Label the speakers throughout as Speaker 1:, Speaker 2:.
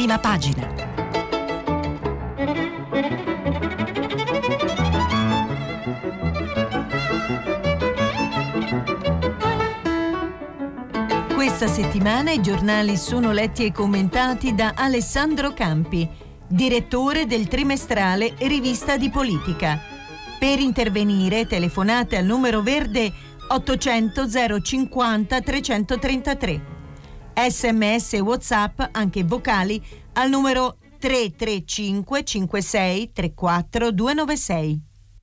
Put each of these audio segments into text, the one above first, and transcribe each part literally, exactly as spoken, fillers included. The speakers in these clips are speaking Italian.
Speaker 1: Prima pagina. Questa settimana i giornali sono letti e commentati da Alessandro Campi, direttore del trimestrale Rivista di Politica. Per intervenire telefonate al numero verde ottocento zero cinquanta trecentotrentatré. Sms e WhatsApp, anche vocali, al numero tre tre cinque cinque sei tre quattro due nove sei.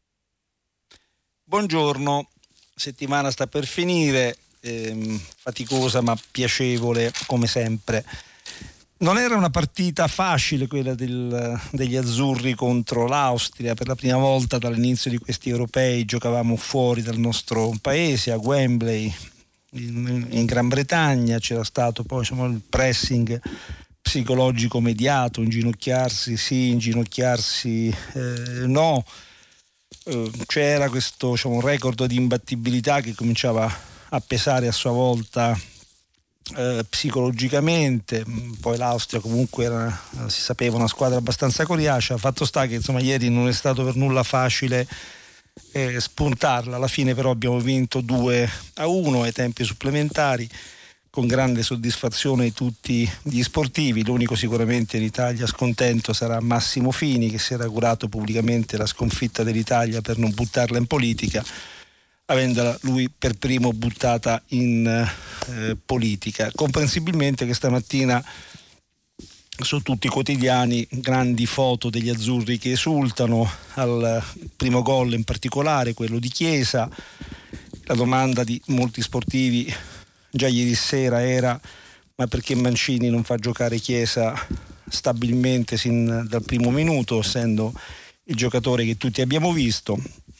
Speaker 2: Buongiorno, settimana sta per finire, ehm, faticosa ma piacevole come sempre. Non era una partita facile quella del, degli azzurri contro l'Austria. Per la prima volta dall'inizio di questi europei giocavamo fuori dal nostro paese, a Wembley, in, in Gran Bretagna. C'era stato poi insomma, il pressing psicologico mediato, inginocchiarsi sì, inginocchiarsi eh, no. Eh, c'era questo diciamo, record di imbattibilità che cominciava a pesare a sua volta Eh, psicologicamente. Poi l'Austria comunque era, si sapeva, una squadra abbastanza coriacea. Fatto sta che insomma ieri non è stato per nulla facile eh, spuntarla. Alla fine però abbiamo vinto due a uno ai tempi supplementari, con grande soddisfazione di tutti gli sportivi. L'unico sicuramente in Italia scontento sarà Massimo Fini, che si era augurato pubblicamente la sconfitta dell'Italia per non buttarla in politica, avendola lui per primo buttata in eh, politica. Comprensibilmente che stamattina su tutti i quotidiani grandi foto degli azzurri che esultano al primo gol, in particolare quello di Chiesa. La domanda di molti sportivi già ieri sera era: ma perché Mancini non fa giocare Chiesa stabilmente sin dal primo minuto, essendo il giocatore che tutti abbiamo visto?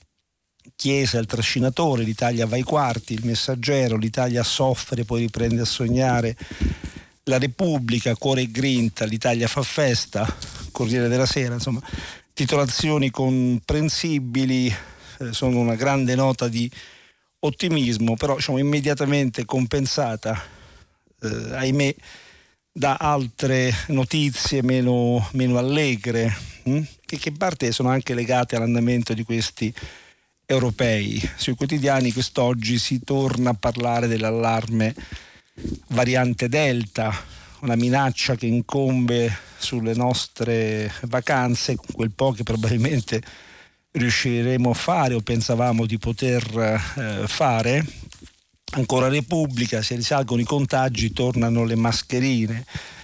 Speaker 2: Chiesa è il trascinatore, l'Italia va ai quarti, il Messaggero, l'Italia soffre, poi riprende a sognare, la Repubblica, cuore e grinta, l'Italia fa festa, Corriere della Sera, insomma titolazioni comprensibili, eh, sono una grande nota di ottimismo, però diciamo, immediatamente compensata, eh, ahimè, da altre notizie meno, meno allegre, hm? e che in parte sono anche legate all'andamento di questi europei. Sui quotidiani quest'oggi si torna a parlare dell'allarme variante Delta, una minaccia che incombe sulle nostre vacanze, con quel po' che probabilmente riusciremo a fare o pensavamo di poter eh, fare. Ancora Repubblica: se risalgono i contagi tornano le mascherine.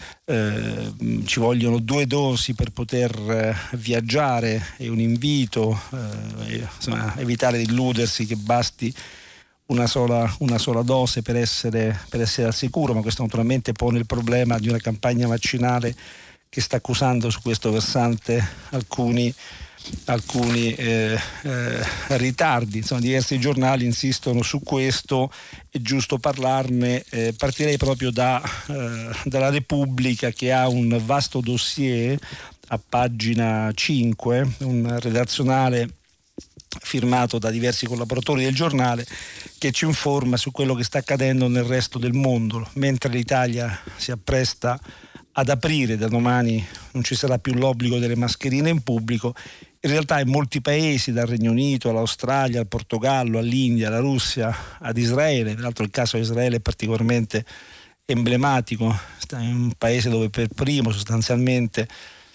Speaker 2: Eh, ci vogliono due dosi per poter eh, viaggiare, è un invito, eh, insomma, evitare di illudersi che basti una sola, una sola dose per essere, per essere al sicuro, ma questo naturalmente pone il problema di una campagna vaccinale che sta accusando su questo versante alcuni alcuni eh, eh, ritardi. Insomma, diversi giornali insistono su questo, è giusto parlarne. Eh, partirei proprio da, eh, dalla Repubblica, che ha un vasto dossier a pagina cinque, un redazionale firmato da diversi collaboratori del giornale, che ci informa su quello che sta accadendo nel resto del mondo. Mentre l'Italia si appresta ad aprire, da domani non ci sarà più l'obbligo delle mascherine in pubblico, in realtà in molti paesi, dal Regno Unito all'Australia, al Portogallo, all'India, alla Russia, ad Israele, tra l'altro il caso di Israele è particolarmente emblematico, è un paese dove per primo sostanzialmente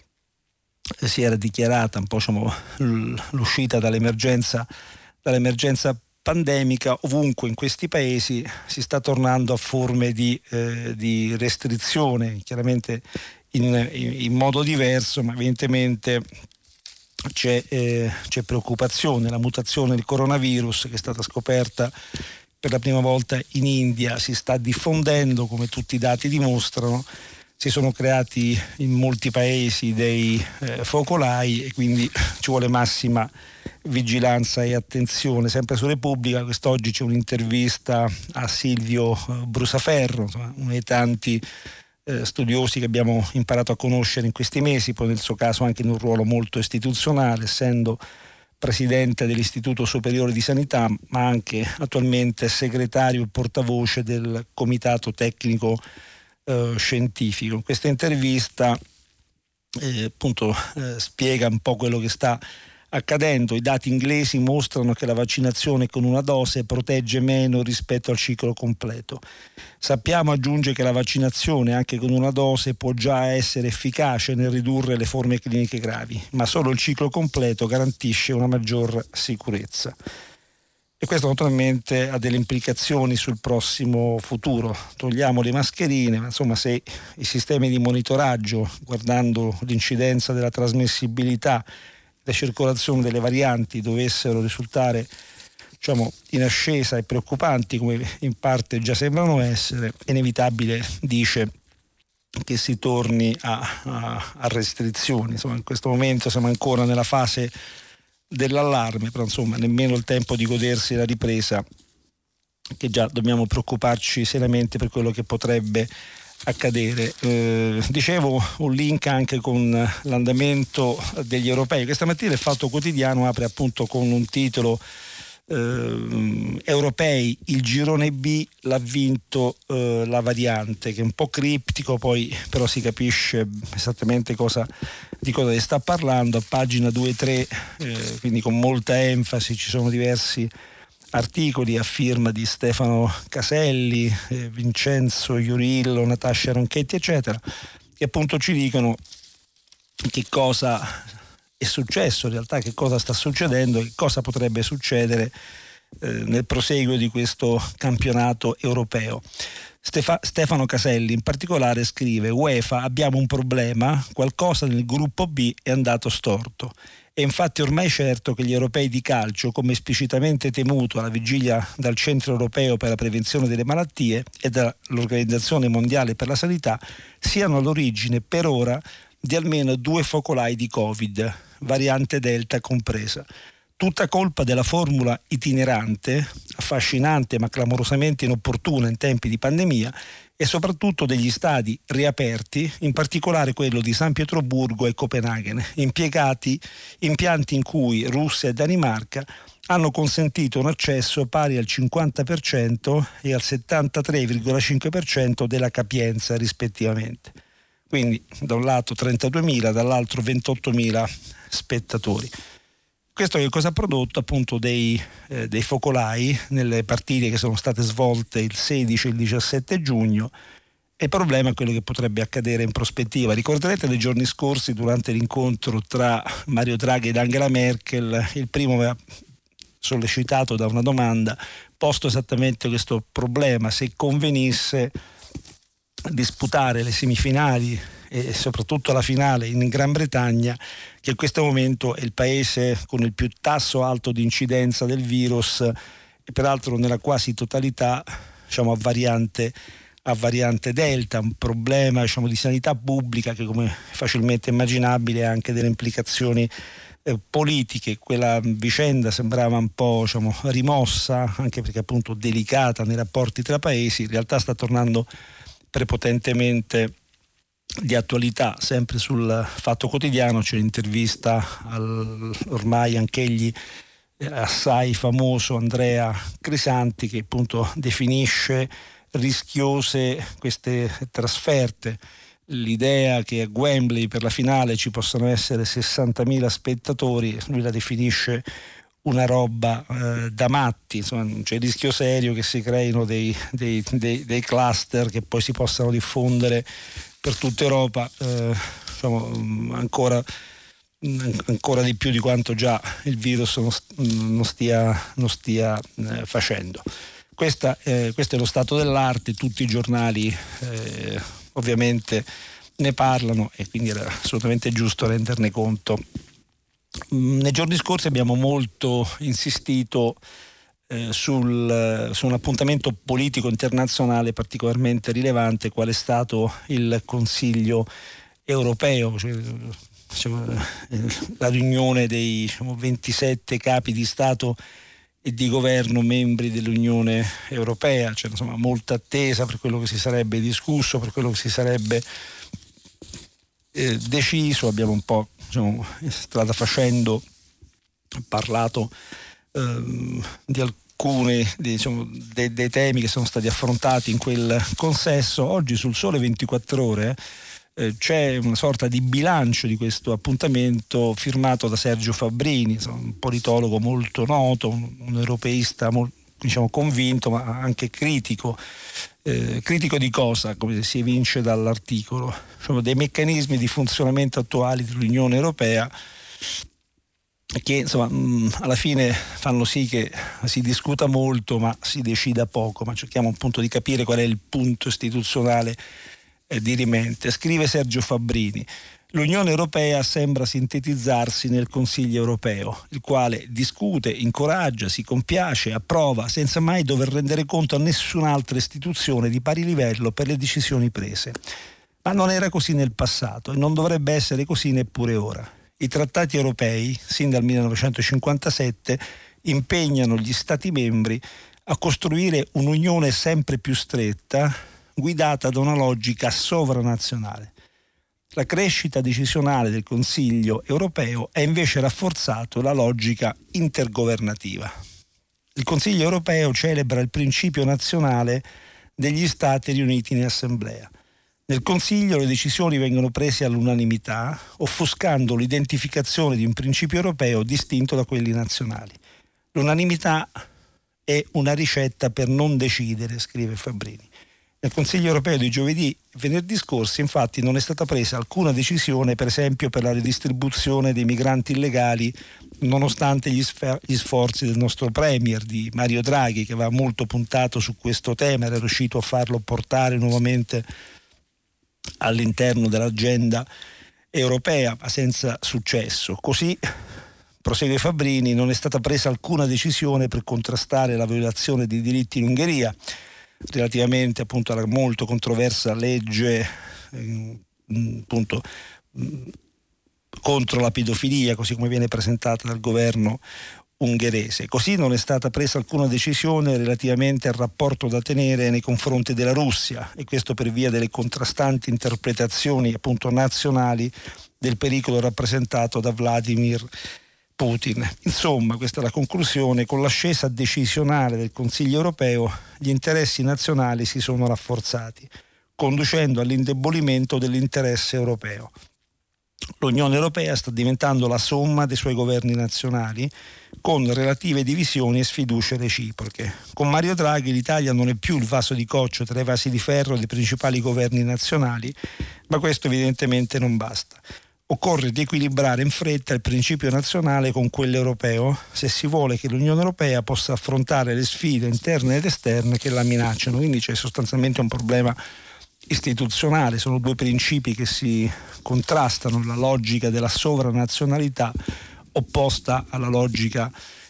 Speaker 2: si era dichiarata un po' diciamo, l'uscita dall'emergenza, dall'emergenza pandemica. Ovunque in questi paesi si sta tornando a forme di, eh, di restrizione, chiaramente in, in, in modo diverso, ma evidentemente c'è, eh, c'è preoccupazione. La mutazione del coronavirus, che è stata scoperta per la prima volta in India, si sta diffondendo, come tutti i dati dimostrano. Si sono creati in molti paesi dei eh, focolai e quindi ci vuole massima vigilanza e attenzione. Sempre su Repubblica quest'oggi c'è un'intervista a Silvio Brusaferro, insomma, uno dei tanti eh, studiosi che abbiamo imparato a conoscere in questi mesi, poi nel suo caso anche in un ruolo molto istituzionale, essendo presidente dell'Istituto Superiore di Sanità, ma anche attualmente segretario e portavoce del Comitato Tecnico eh, Scientifico. In questa intervista eh, appunto eh, spiega un po' quello che sta accadendo. I dati inglesi mostrano che la vaccinazione con una dose protegge meno rispetto al ciclo completo. Sappiamo, aggiunge, che la vaccinazione anche con una dose può già essere efficace nel ridurre le forme cliniche gravi, ma solo il ciclo completo garantisce una maggior sicurezza. E questo naturalmente ha delle implicazioni sul prossimo futuro. Togliamo le mascherine, ma insomma, se i sistemi di monitoraggio, guardando l'incidenza della trasmissibilità, la circolazione delle varianti, dovessero risultare, diciamo, in ascesa e preoccupanti, come in parte già sembrano essere, è inevitabile, dice, che si torni a, a, a restrizioni. Insomma, in questo momento siamo ancora nella fase dell'allarme, però insomma nemmeno il tempo di godersi la ripresa, che già dobbiamo preoccuparci seriamente per quello che potrebbe accadere. Eh, dicevo, un link anche con l'andamento degli europei. Questa mattina il Fatto Quotidiano apre appunto con un titolo: eh, europei, il girone B l'ha vinto eh, la variante, che è un po' criptico, poi però si capisce esattamente cosa, di cosa si sta parlando. A pagina due e tre, eh, quindi con molta enfasi, ci sono diversi articoli a firma di Stefano Caselli, eh, Vincenzo Iurillo, Natascia Ronchetti, eccetera, che appunto ci dicono che cosa è successo in realtà, che cosa sta succedendo e cosa potrebbe succedere eh, nel proseguo di questo campionato europeo. Stefa- Stefano Caselli in particolare scrive: UEFA, abbiamo un problema, qualcosa nel gruppo B è andato storto. È infatti ormai certo che gli europei di calcio, come esplicitamente temuto alla vigilia dal Centro Europeo per la Prevenzione delle Malattie e dall'Organizzazione Mondiale per la Sanità, siano all'origine per ora di almeno due focolai di Covid, variante Delta compresa. Tutta colpa della formula itinerante, affascinante ma clamorosamente inopportuna in tempi di pandemia, e soprattutto degli stadi riaperti, in particolare quello di San Pietroburgo e Copenaghen, impiegati, impianti in cui Russia e Danimarca hanno consentito un accesso pari al cinquanta per cento e al settantatré virgola cinque per cento della capienza rispettivamente. Quindi da un lato trentaduemila, dall'altro ventottomila spettatori. Questo che cosa ha prodotto? Appunto dei, eh, dei focolai nelle partite che sono state svolte il sedici e il diciassette giugno. E il problema è quello che potrebbe accadere in prospettiva. Ricorderete nei giorni scorsi, durante l'incontro tra Mario Draghi ed Angela Merkel, il primo aveva sollecitato da una domanda, posto esattamente questo problema: se convenisse disputare le semifinali e soprattutto la finale in Gran Bretagna, che in questo momento è il paese con il più tasso alto di incidenza del virus e peraltro nella quasi totalità, diciamo, a variante, a variante Delta, un problema, diciamo, di sanità pubblica che, come facilmente immaginabile, ha anche delle implicazioni eh, politiche. Quella vicenda sembrava un po', diciamo, rimossa, anche perché appunto delicata nei rapporti tra paesi, in realtà sta tornando prepotentemente di attualità. Sempre sul Fatto Quotidiano c'è l'intervista al ormai anch'egli assai famoso Andrea Crisanti, che appunto definisce rischiose queste trasferte. L'idea che a Wembley per la finale ci possano essere sessantamila spettatori, lui la definisce una roba eh, da matti. Insomma, c'è il rischio serio che si creino dei, dei, dei, dei cluster che poi si possano diffondere per tutta Europa, eh, diciamo, ancora, ancora di più di quanto già il virus non, non stia, non stia eh, facendo. Questa, eh, questo è lo stato dell'arte, tutti i giornali eh, ovviamente ne parlano e quindi era assolutamente giusto renderne conto. Nei giorni scorsi abbiamo molto insistito eh, sul, su un appuntamento politico internazionale particolarmente rilevante, qual è stato il Consiglio europeo, cioè, diciamo, la riunione dei, diciamo, ventisette capi di Stato e di governo membri dell'Unione Europea. C'è, insomma, molta attesa per quello che si sarebbe discusso, per quello che si sarebbe eh, deciso. Abbiamo un po', diciamo, strada facendo parlato ehm, di alcuni diciamo, dei, dei temi che sono stati affrontati in quel consesso. Oggi sul Sole ventiquattro Ore Eh, c'è una sorta di bilancio di questo appuntamento firmato da Sergio Fabbrini, insomma, un politologo molto noto, un, un europeista molto, diciamo, convinto, ma anche critico. Eh, critico di cosa? Come si evince dall'articolo, sono dei meccanismi di funzionamento attuali dell'Unione Europea che insomma mh, alla fine fanno sì che si discuta molto ma si decida poco, ma cerchiamo appunto di capire qual è il punto istituzionale eh, dirimente. Scrive Sergio Fabbrini: l'Unione Europea sembra sintetizzarsi nel Consiglio Europeo, il quale discute, incoraggia, si compiace, approva, senza mai dover rendere conto a nessun'altra istituzione di pari livello per le decisioni prese. Ma non era così nel passato e non dovrebbe essere così neppure ora. I trattati europei, sin dal millenovecentocinquantasette, impegnano gli Stati membri a costruire un'unione sempre più stretta, guidata da una logica sovranazionale. La crescita decisionale del Consiglio europeo ha invece rafforzato la logica intergovernativa. Il Consiglio europeo celebra il principio nazionale degli Stati riuniti in assemblea. Nel Consiglio le decisioni vengono prese all'unanimità, offuscando l'identificazione di un principio europeo distinto da quelli nazionali. L'unanimità è una ricetta per non decidere, scrive Fabbrini. Nel Consiglio europeo di giovedì e venerdì scorsi, infatti, non è stata presa alcuna decisione, per esempio, per la ridistribuzione dei migranti illegali, nonostante gli, sfer- gli sforzi del nostro Premier, di Mario Draghi, che aveva molto puntato su questo tema, era riuscito a farlo portare nuovamente all'interno dell'agenda europea, ma senza successo. Così, prosegue Fabbrini, non è stata presa alcuna decisione per contrastare la violazione dei diritti in Ungheria, relativamente appunto alla molto controversa legge eh, appunto mh, contro la pedofilia, così come viene presentata dal governo ungherese. Così non è stata presa alcuna decisione relativamente al rapporto da tenere nei confronti della Russia, e questo per via delle contrastanti interpretazioni appunto nazionali del pericolo rappresentato da Vladimir Putin. Insomma, questa è la conclusione: con l'ascesa decisionale del Consiglio europeo gli interessi nazionali si sono rafforzati, conducendo all'indebolimento dell'interesse europeo. L'Unione Europea sta diventando la somma dei suoi governi nazionali, con relative divisioni e sfiducie reciproche. Con Mario Draghi l'Italia non è più il vaso di coccio tra i vasi di ferro dei principali governi nazionali, ma questo evidentemente non basta. Occorre riequilibrare in fretta il principio nazionale con quello europeo se si vuole che l'Unione Europea possa affrontare le sfide interne ed esterne che la minacciano. Quindi c'è sostanzialmente un problema istituzionale, sono due principi che si contrastano: la logica della sovranazionalità opposta alla logica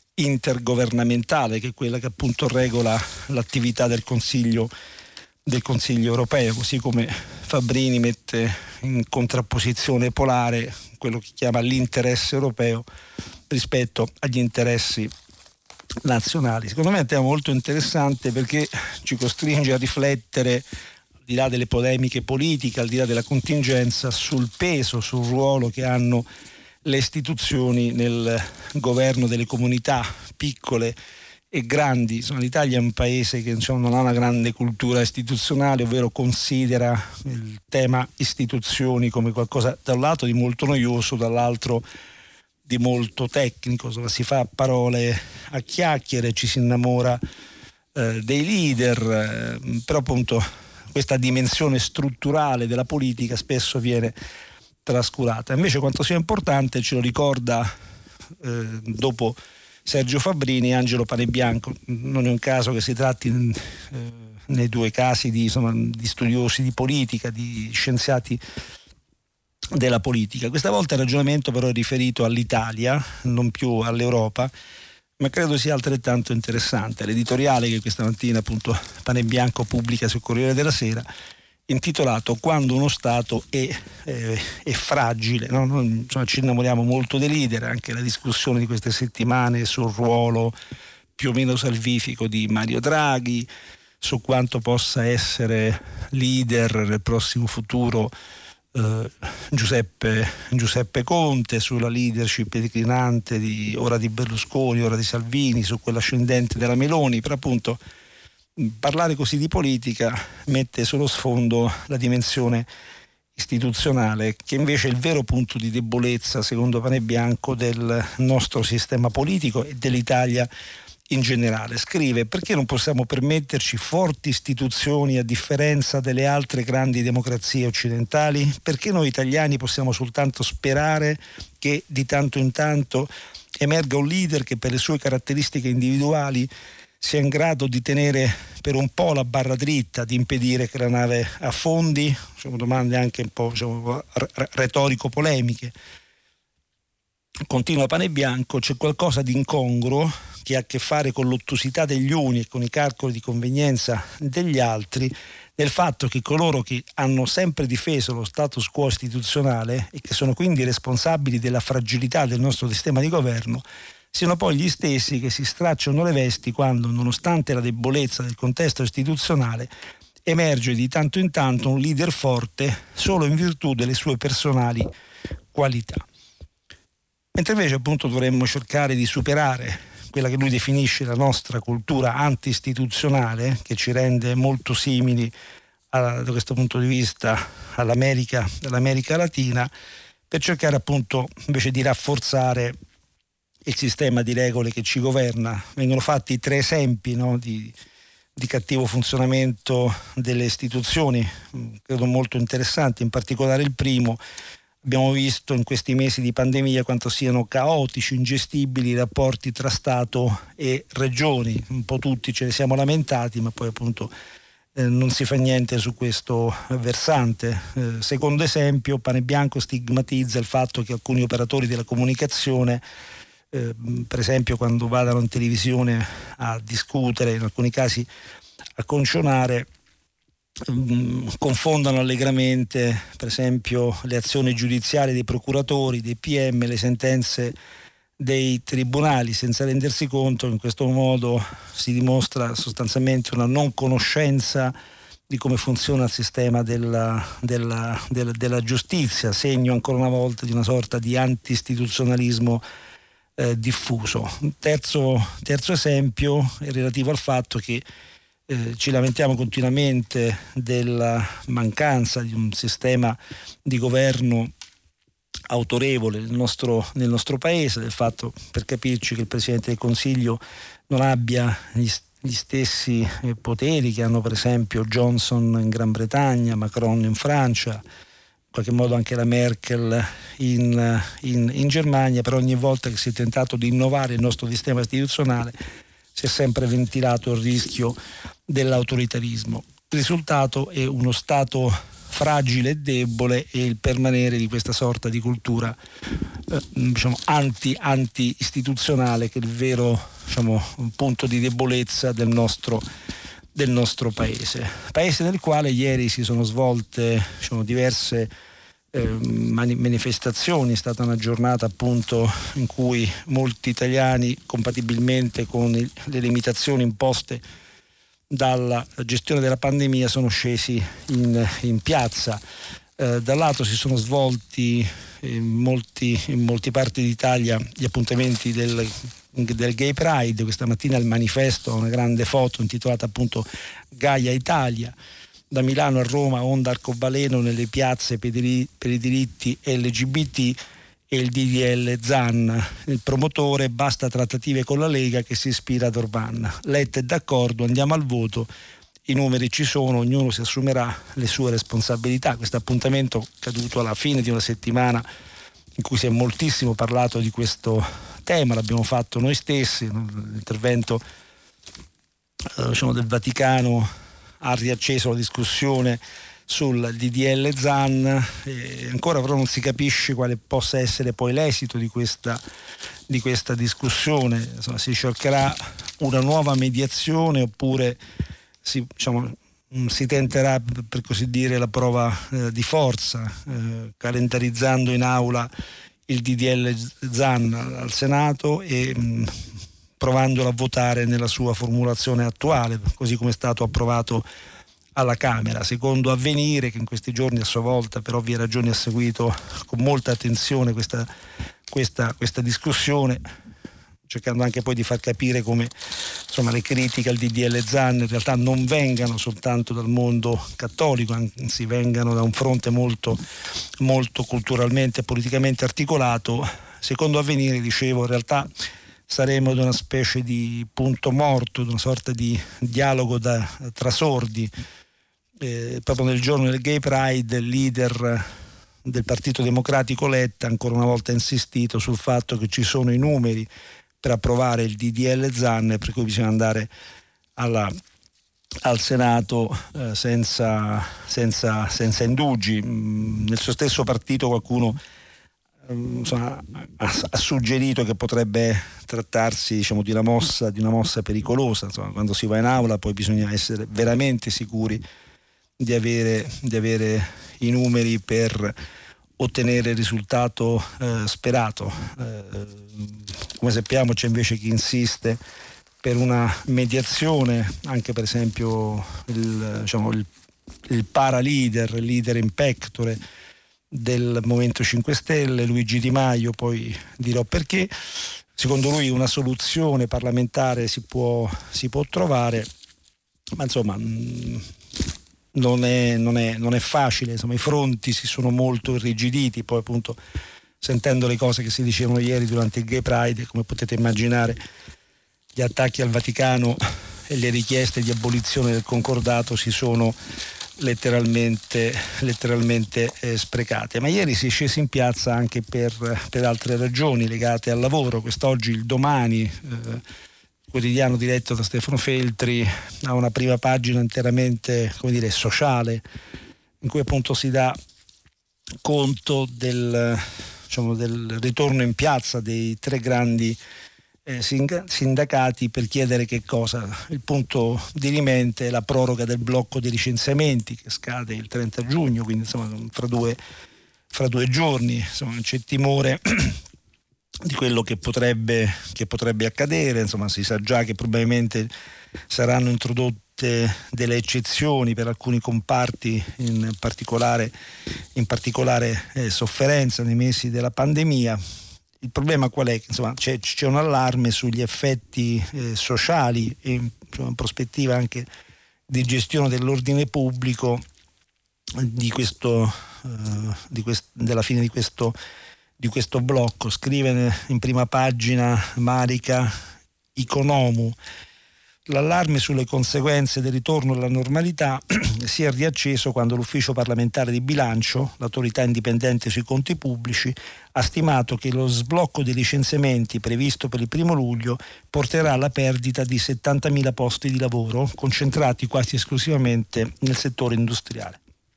Speaker 2: intergovernamentale, che è quella che appunto regola l'attività del Consiglio del Consiglio europeo, così come Fabbrini mette in contrapposizione polare quello che chiama l'interesse europeo rispetto agli interessi nazionali. Secondo me è un tema molto interessante perché ci costringe a riflettere, al di là delle polemiche politiche, al di là della contingenza, sul peso, sul ruolo che hanno le istituzioni nel governo delle comunità piccole e grandi. Insomma, l'Italia è un paese che insomma, non ha una grande cultura istituzionale, ovvero considera il tema istituzioni come qualcosa da un lato di molto noioso, dall'altro di molto tecnico. Insomma, si fa parole a chiacchiere, ci si innamora eh, dei leader, eh, però appunto questa dimensione strutturale della politica spesso viene trascurata. Invece quanto sia importante ce lo ricorda eh, dopo Sergio Fabbrini, Angelo Panebianco. Non è un caso che si tratti eh, nei due casi di, insomma, di studiosi di politica, di scienziati della politica. Questa volta il ragionamento però è riferito all'Italia, non più all'Europa, ma credo sia altrettanto interessante. L'editoriale che questa mattina appunto Panebianco pubblica sul Corriere della Sera, intitolato "Quando uno Stato è, eh, è fragile", no? Noi, insomma, ci innamoriamo molto dei leader, anche la discussione di queste settimane sul ruolo più o meno salvifico di Mario Draghi, su quanto possa essere leader nel prossimo futuro eh, Giuseppe, Giuseppe Conte, sulla leadership declinante di, ora di Berlusconi, ora di Salvini, su quella ascendente della Meloni. Per appunto parlare così di politica mette sullo sfondo la dimensione istituzionale, che invece è il vero punto di debolezza, secondo Panebianco, del nostro sistema politico e dell'Italia in generale. Scrive: perché non possiamo permetterci forti istituzioni a differenza delle altre grandi democrazie occidentali? Perché noi italiani possiamo soltanto sperare che di tanto in tanto emerga un leader che per le sue caratteristiche individuali sia in grado di tenere per un po' la barra dritta, di impedire che la nave affondi? Sono domande anche un po', diciamo, retorico-polemiche. Continua Panebianco: c'è qualcosa di incongruo che ha a che fare con l'ottusità degli uni e con i calcoli di convenienza degli altri, nel fatto che coloro che hanno sempre difeso lo status quo istituzionale e che sono quindi responsabili della fragilità del nostro sistema di governo siano poi gli stessi che si stracciano le vesti quando, nonostante la debolezza del contesto istituzionale, emerge di tanto in tanto un leader forte solo in virtù delle sue personali qualità. Mentre invece appunto dovremmo cercare di superare quella che lui definisce la nostra cultura anti-istituzionale, che ci rende molto simili a, da questo punto di vista all'America, all'America Latina, per cercare appunto invece di rafforzare il sistema di regole che ci governa. Vengono fatti tre esempi, no, di, di cattivo funzionamento delle istituzioni, credo molto interessanti. In particolare il primo: abbiamo visto in questi mesi di pandemia quanto siano caotici, ingestibili i rapporti tra Stato e regioni. Un po' tutti ce ne siamo lamentati, ma poi appunto eh, non si fa niente su questo versante. Eh, secondo esempio, Panebianco stigmatizza il fatto che alcuni operatori della comunicazione, eh, per esempio quando vadano in televisione a discutere, in alcuni casi a concionare, confondano allegramente per esempio le azioni giudiziarie dei procuratori, dei P M, le sentenze dei tribunali, senza rendersi conto che in questo modo si dimostra sostanzialmente una non conoscenza di come funziona il sistema della, della, della, della giustizia, segno ancora una volta di una sorta di anti-istituzionalismo eh, diffuso. Terzo, terzo esempio è relativo al fatto che Eh, ci lamentiamo continuamente della mancanza di un sistema di governo autorevole nel nostro, nel nostro paese, del fatto, per capirci, che il Presidente del Consiglio non abbia gli, gli stessi eh, poteri che hanno per esempio Johnson in Gran Bretagna, Macron in Francia, in qualche modo anche la Merkel in, in, in Germania. Per ogni volta che si è tentato di innovare il nostro sistema istituzionale si è sempre ventilato il rischio dell'autoritarismo. Il risultato è uno Stato fragile e debole e il permanere di questa sorta di cultura eh, diciamo anti, anti-istituzionale, che è il vero, diciamo, punto di debolezza del nostro, del nostro paese. Paese nel quale ieri si sono svolte, diciamo, diverse Eh, manifestazioni. È stata una giornata appunto in cui molti italiani, compatibilmente con il, le limitazioni imposte dalla gestione della pandemia, sono scesi in, in piazza. Eh, dal lato si sono svolti in molti, in molte parti d'Italia gli appuntamenti del, del Gay Pride. Questa mattina il Manifesto ha una grande foto intitolata appunto Gaia Italia. Da Milano a Roma onda arcobaleno nelle piazze per i diritti L G B T e il D D L Zan. Il promotore: basta trattative con la Lega che si ispira ad Orban. Letta è d'accordo, andiamo al voto, i numeri ci sono, ognuno si assumerà le sue responsabilità. Questo appuntamento caduto alla fine di una settimana in cui si è moltissimo parlato di questo tema, l'abbiamo fatto noi stessi. L'intervento eh, diciamo del Vaticano ha riacceso la discussione sul D D L Zan, e ancora però non si capisce quale possa essere poi l'esito di questa, di questa discussione. Insomma, si cercherà una nuova mediazione oppure si, diciamo, si tenterà, per così dire, la prova eh, di forza, eh, calendarizzando in aula il D D L Zan al Senato e mh, provandolo a votare nella sua formulazione attuale, così come è stato approvato alla Camera. Secondo Avvenire, che in questi giorni a sua volta per ovvie ragioni ha seguito con molta attenzione questa, questa, questa discussione, cercando anche poi di far capire come insomma le critiche al D D L Zan in realtà non vengano soltanto dal mondo cattolico, anzi vengano da un fronte molto, molto culturalmente e politicamente articolato. Secondo Avvenire, dicevo, in realtà saremo ad una specie di punto morto, di una sorta di dialogo da, tra sordi. Eh, proprio nel giorno del Gay Pride il leader del Partito Democratico Letta ancora una volta ha insistito sul fatto che ci sono i numeri per approvare il D D L Zan, per cui bisogna andare alla, al Senato eh, senza, senza, senza indugi. Mm, nel suo stesso partito qualcuno eh, insomma, ha, ha suggerito che potrebbe trattarsi, diciamo, di una mossa, di una mossa pericolosa. Insomma, quando si va in aula poi bisogna essere veramente sicuri di avere, di avere i numeri per ottenere il risultato eh, sperato. Eh, come sappiamo c'è invece chi insiste per una mediazione, anche per esempio il, diciamo, il, il para leader, il leader in pectore del Movimento cinque Stelle, Luigi Di Maio, poi dirò perché. Secondo lui una soluzione parlamentare si può, si può trovare, ma insomma mh, Non è, non, è, non è facile, insomma i fronti si sono molto irrigiditi. Poi appunto sentendo le cose che si dicevano ieri durante il Gay Pride, come potete immaginare, gli attacchi al Vaticano e le richieste di abolizione del concordato si sono letteralmente, letteralmente eh, sprecate. Ma ieri si è scesi in piazza anche per, per altre ragioni legate al lavoro. Quest'oggi il Domani, eh, quotidiano diretto da Stefano Feltri, ha una prima pagina interamente, come dire, sociale, in cui appunto si dà conto del, diciamo, del ritorno in piazza dei tre grandi eh, sindacati per chiedere che cosa? Il punto dirimente è la proroga del blocco dei licenziamenti che scade il trenta giugno, quindi insomma fra due, fra due giorni. Insomma c'è timore di quello che potrebbe, che potrebbe accadere. Insomma si sa già che probabilmente saranno introdotte delle eccezioni per alcuni comparti, in particolare, in particolare eh, sofferenza nei mesi della pandemia. Il problema qual è? Che insomma c'è, c'è un allarme sugli effetti eh, sociali e cioè, in prospettiva anche di gestione dell'ordine pubblico di questo, eh, di quest- della fine di questo di questo blocco. Scrive in prima pagina Marica Economu: l'allarme sulle conseguenze del ritorno alla normalità si è riacceso quando l'ufficio parlamentare di bilancio, l'autorità indipendente sui conti pubblici, ha stimato che lo sblocco dei licenziamenti previsto per il primo luglio porterà alla perdita di settantamila posti di lavoro, concentrati quasi esclusivamente nel settore industriale.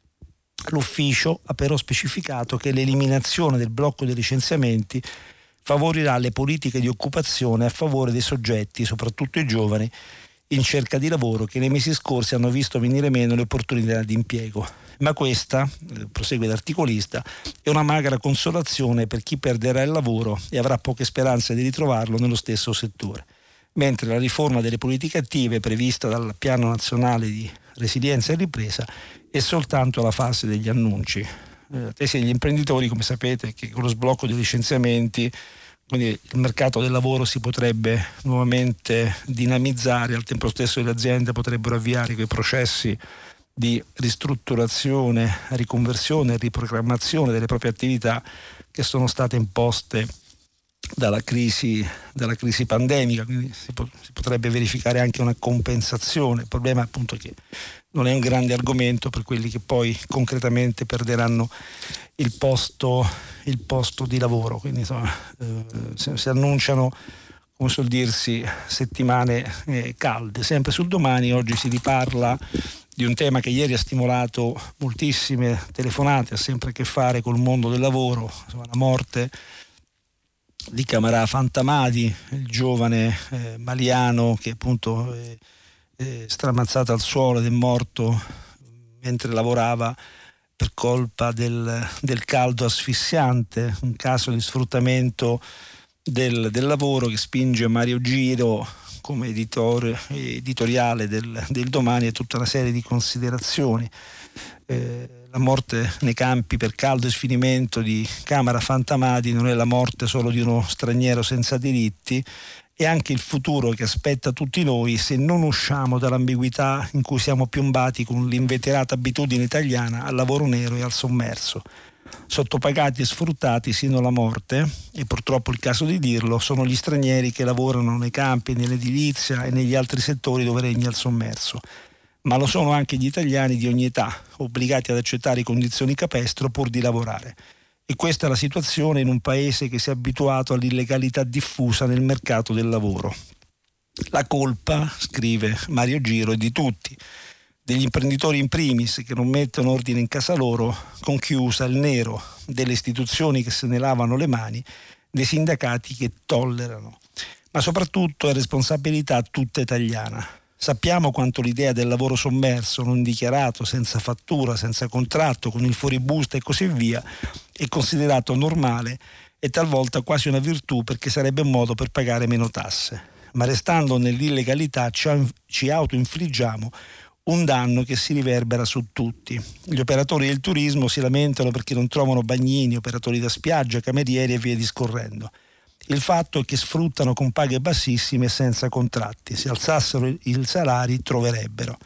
Speaker 2: L'ufficio ha però specificato che l'eliminazione del blocco dei licenziamenti favorirà le politiche di occupazione a favore dei soggetti, soprattutto i giovani, in cerca di lavoro, che nei mesi scorsi hanno visto venire meno le opportunità di impiego. Ma questa, eh, prosegue l'articolista, è una magra consolazione per chi perderà il lavoro e avrà poche speranze di ritrovarlo nello stesso settore. Mentre la riforma delle politiche attive prevista dal Piano Nazionale di Resilienza e Ripresa è soltanto alla fase degli annunci. Eh, tesi degli imprenditori, come sapete, che con lo sblocco dei licenziamenti quindi il mercato del lavoro si potrebbe nuovamente dinamizzare, al tempo stesso le aziende potrebbero avviare quei processi di ristrutturazione, riconversione e riprogrammazione delle proprie attività che sono state imposte dalla crisi, dalla crisi pandemica. Quindi si, po- si potrebbe verificare anche una compensazione. Il problema è appunto che non è un grande argomento per quelli che poi concretamente perderanno il posto, il posto di lavoro. Quindi insomma eh, si, si annunciano, come suol dirsi, settimane eh, calde. Sempre sul Domani oggi si riparla di un tema che ieri ha stimolato moltissime telefonate, ha sempre a che fare col mondo del lavoro, insomma, la morte di Camarà Fantamadi, il giovane eh, maliano che appunto è, è stramazzato al suolo ed è morto mentre lavorava per colpa del, del caldo asfissiante, un caso di sfruttamento del, del lavoro che spinge Mario Giro come editore, editoriale del, del Domani a tutta una serie di considerazioni. Eh, la morte nei campi per caldo e sfinimento di Camarà Fantamadi non è la morte solo di uno straniero senza diritti, e anche il futuro che aspetta tutti noi se non usciamo dall'ambiguità in cui siamo piombati con l'inveterata abitudine italiana al lavoro nero e al sommerso. Sottopagati e sfruttati sino alla morte, e purtroppo è il caso di dirlo, sono gli stranieri che lavorano nei campi, nell'edilizia e negli altri settori dove regna il sommerso. Ma lo sono anche gli italiani di ogni età, obbligati ad accettare condizioni capestro pur di lavorare. E questa è la situazione in un paese che si è abituato all'illegalità diffusa nel mercato del lavoro. La colpa, scrive Mario Giro, è di tutti, degli imprenditori in primis che non mettono ordine in casa loro, con chi usa il nero, delle istituzioni che se ne lavano le mani, dei sindacati che tollerano. Ma soprattutto è responsabilità tutta italiana. Sappiamo quanto l'idea del lavoro sommerso, non dichiarato, senza fattura, senza contratto, con il fuoribusta e così via, è considerato normale e talvolta quasi una virtù perché sarebbe un modo per pagare meno tasse. Ma restando nell'illegalità ci autoinfliggiamo un danno che si riverbera su tutti. Gli operatori del turismo si lamentano perché non trovano bagnini, operatori da spiaggia, camerieri e via discorrendo. Il fatto è che sfruttano con paghe bassissime e senza contratti. Se alzassero i salari troverebbero.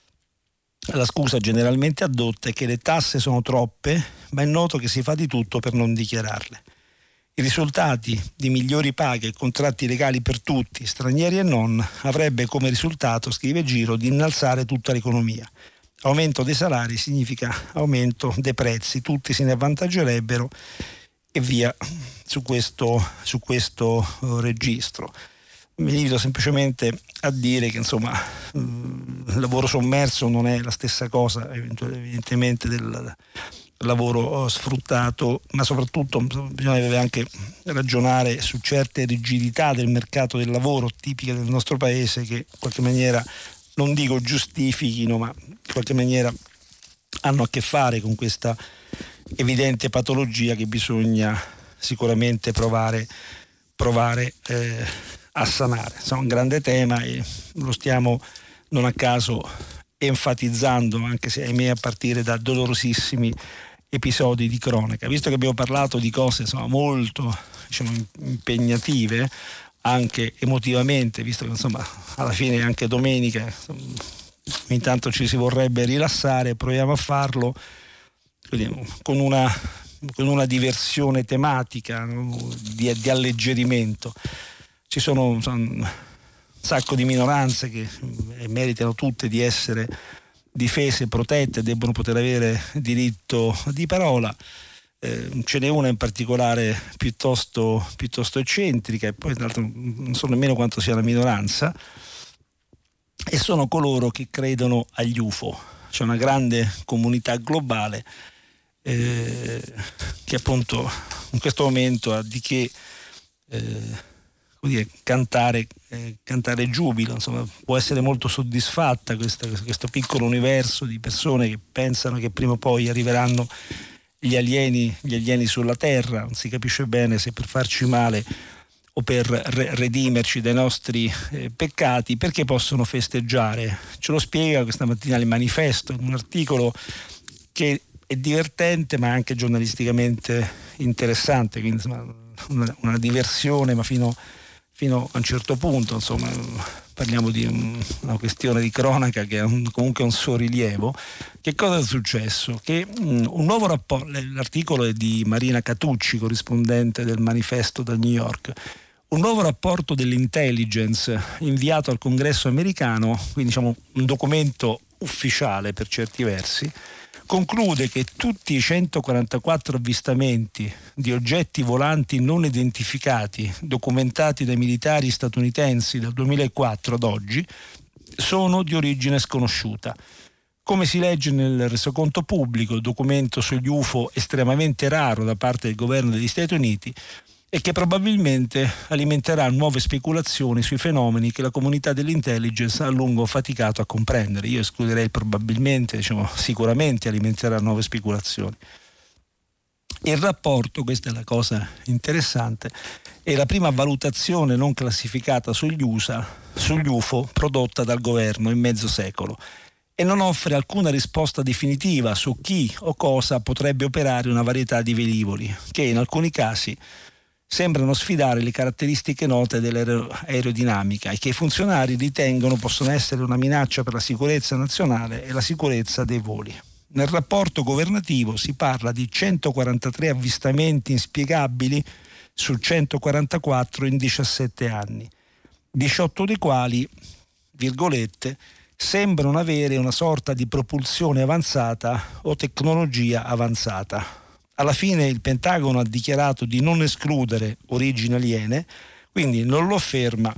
Speaker 2: La scusa generalmente addotta è che le tasse sono troppe, ma è noto che si fa di tutto per non dichiararle. I risultati di migliori paghe e contratti legali per tutti, stranieri e non, avrebbe come risultato, scrive Giro, di innalzare tutta l'economia. Aumento dei salari significa aumento dei prezzi, tutti se ne avvantaggerebbero e via su questo, su questo uh, registro. Mi limito semplicemente a dire che insomma il lavoro sommerso non è la stessa cosa evidentemente del lavoro sfruttato, ma soprattutto bisogna anche ragionare su certe rigidità del mercato del lavoro tipiche del nostro paese che in qualche maniera, non dico giustifichino, ma in qualche maniera hanno a che fare con questa evidente patologia che bisogna sicuramente provare, provare eh, a sanare. È un grande tema e lo stiamo non a caso enfatizzando, anche se ahimè a partire da dolorosissimi episodi di cronaca. Visto che abbiamo parlato di cose insomma, molto diciamo, impegnative, anche emotivamente, visto che insomma alla fine anche domenica insomma, ogni tanto ci si vorrebbe rilassare, proviamo a farlo con una, con una diversione tematica, no? di, di alleggerimento. Ci sono insomma, un sacco di minoranze che meritano tutte di essere difese, protette, debbono poter avere diritto di parola. Eh, ce n'è una in particolare piuttosto, piuttosto eccentrica e poi tra l'altro non so nemmeno quanto sia la minoranza, e sono coloro che credono agli U F O. C'è una grande comunità globale eh, che appunto in questo momento ha di che eh, Dire, cantare, eh, cantare giubilo, insomma, può essere molto soddisfatta questa, questo piccolo universo di persone che pensano che prima o poi arriveranno gli alieni, gli alieni sulla terra, non si capisce bene se per farci male o per re- redimerci dai nostri eh, peccati, perché possono festeggiare. Ce lo spiega questa mattina il Manifesto in un articolo che è divertente ma anche giornalisticamente interessante, quindi insomma, una, una diversione ma fino fino a un certo punto, insomma, parliamo di un, una questione di cronaca che ha un, comunque un suo rilievo. Che cosa è successo? Che um, un nuovo rapporto, l'articolo è di Marina Catucci, corrispondente del Manifesto da New York, un nuovo rapporto dell'intelligence inviato al Congresso americano, quindi diciamo un documento ufficiale per certi versi, conclude che tutti i centoquarantaquattro avvistamenti di oggetti volanti non identificati documentati dai militari statunitensi dal duemilaquattro ad oggi sono di origine sconosciuta. Come si legge nel resoconto pubblico, il documento sugli U F O estremamente raro da parte del governo degli Stati Uniti e che probabilmente alimenterà nuove speculazioni sui fenomeni che la comunità dell'intelligence ha a lungo faticato a comprendere. Io escluderei probabilmente, diciamo, sicuramente alimenterà nuove speculazioni. Il rapporto, questa è la cosa interessante, è la prima valutazione non classificata sugli U S A, sugli U F O prodotta dal governo in mezzo secolo e non offre alcuna risposta definitiva su chi o cosa potrebbe operare una varietà di velivoli che in alcuni casi sembrano sfidare le caratteristiche note dell'aerodinamica e che i funzionari ritengono possono essere una minaccia per la sicurezza nazionale e la sicurezza dei voli. Nel rapporto governativo si parla di centoquarantatré avvistamenti inspiegabili su centoquarantaquattro in diciassette anni, diciotto dei quali, virgolette, sembrano avere una sorta di propulsione avanzata o tecnologia avanzata. Alla fine il Pentagono ha dichiarato di non escludere origini aliene, quindi non lo afferma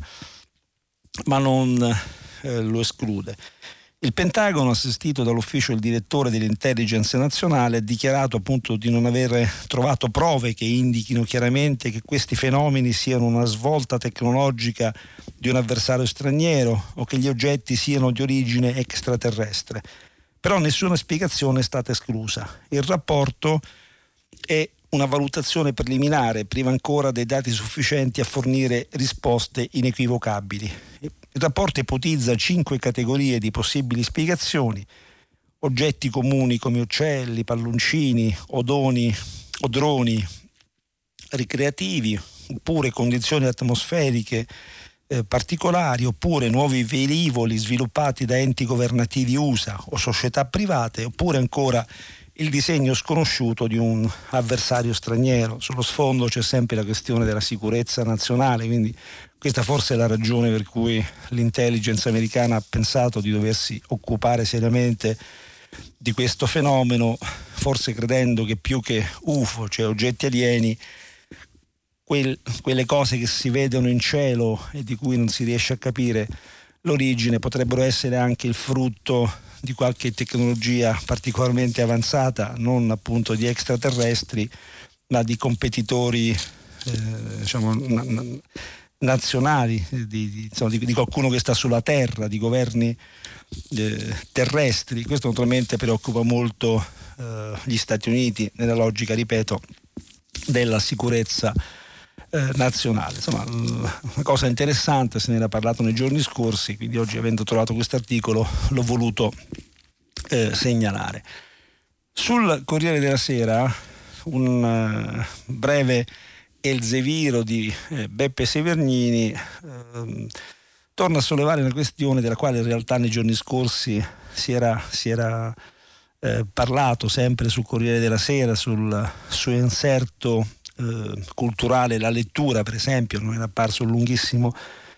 Speaker 2: ma non eh, lo esclude. Il Pentagono, assistito dall'ufficio del direttore dell'intelligence nazionale, ha dichiarato appunto di non aver trovato prove che indichino chiaramente che questi fenomeni siano una svolta tecnologica di un avversario straniero o che gli oggetti siano di origine extraterrestre. Però nessuna spiegazione è stata esclusa. Il rapporto è una valutazione preliminare, prima ancora dei dati sufficienti a fornire risposte inequivocabili. Il rapporto ipotizza cinque categorie di possibili spiegazioni: oggetti comuni come uccelli, palloncini, odoni o droni ricreativi, oppure condizioni atmosferiche eh, particolari, oppure nuovi velivoli sviluppati da enti governativi U S A o società private, oppure ancora il disegno sconosciuto di un avversario straniero. Sullo sfondo c'è sempre la questione della sicurezza nazionale, quindi questa forse è la ragione per cui l'intelligence americana ha pensato di doversi occupare seriamente di questo fenomeno, forse credendo che più che U F O, cioè oggetti alieni, quel, quelle cose che si vedono in cielo e di cui non si riesce a capire l'origine potrebbero essere anche il frutto di qualche tecnologia particolarmente avanzata, non appunto di extraterrestri, ma di competitori eh, diciamo na- nazionali, di, di, insomma, di, di qualcuno che sta sulla terra, di governi eh, terrestri. Questo naturalmente preoccupa molto eh, gli Stati Uniti nella logica, ripeto, della sicurezza eh, nazionale. Insomma, una cosa interessante, se ne era parlato nei giorni scorsi, quindi oggi, avendo trovato questo articolo, l'ho voluto eh, segnalare. Sul Corriere della Sera un uh, breve Elzeviro di eh, Beppe Severnini eh, torna a sollevare una questione della quale in realtà nei giorni scorsi si era, si era eh, parlato sempre sul Corriere della Sera, sul suo inserto eh, culturale La Lettura, per esempio, non era apparso un lunghissimo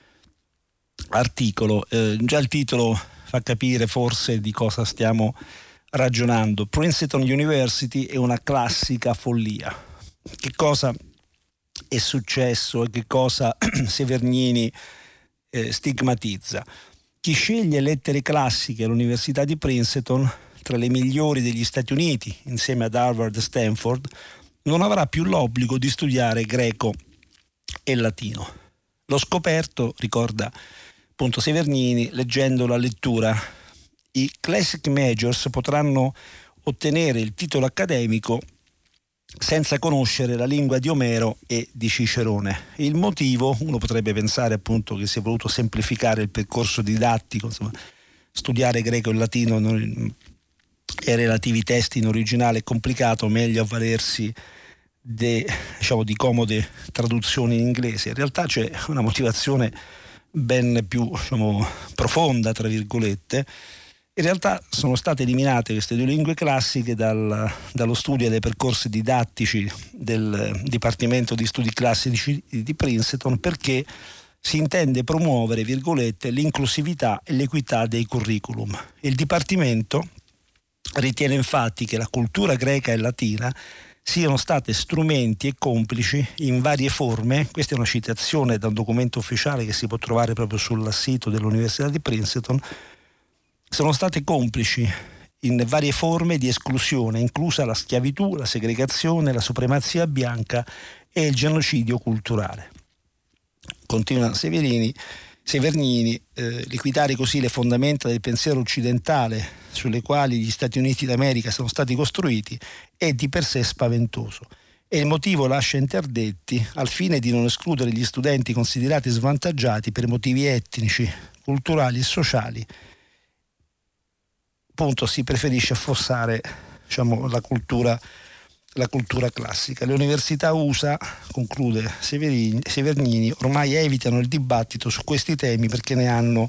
Speaker 2: articolo. Eh, già il titolo fa capire forse di cosa stiamo ragionando. Princeton University è una classica follia. Che cosa è successo e che cosa Severnini eh, stigmatizza? Chi sceglie lettere classiche all'Università di Princeton, tra le migliori degli Stati Uniti, insieme ad Harvard e Stanford, non avrà più l'obbligo di studiare greco e latino. L'ho scoperto, ricorda appunto Severnini, leggendo La Lettura. I classic majors potranno ottenere il titolo accademico senza conoscere la lingua di Omero e di Cicerone. Il motivo, uno potrebbe pensare appunto che si è voluto semplificare il percorso didattico, insomma, studiare greco e latino non, e relativi testi in originale è complicato, meglio avvalersi de, diciamo, di comode traduzioni in inglese. In realtà c'è una motivazione ben più, diciamo, profonda, tra virgolette. In realtà sono state eliminate queste due lingue classiche dal, dallo studio dei percorsi didattici del Dipartimento di Studi Classici di Princeton, perché si intende promuovere, virgolette, l'inclusività e l'equità dei curriculum. Il Dipartimento ritiene infatti che la cultura greca e latina siano state strumenti e complici in varie forme. Questa è una citazione da un documento ufficiale che si può trovare proprio sul sito dell'Università di Princeton. Sono state complici in varie forme di esclusione, inclusa la schiavitù, la segregazione, la supremazia bianca e il genocidio culturale. Continua Severini, Severnini, eh, liquidare così le fondamenta del pensiero occidentale sulle quali gli Stati Uniti d'America sono stati costruiti è di per sé spaventoso, e il motivo lascia interdetti al fine di non escludere gli studenti considerati svantaggiati per motivi etnici, culturali e sociali. Appunto si preferisce affossare, diciamo, la cultura la cultura classica. Le università U S A, conclude Severini, Severnini, ormai evitano il dibattito su questi temi perché ne hanno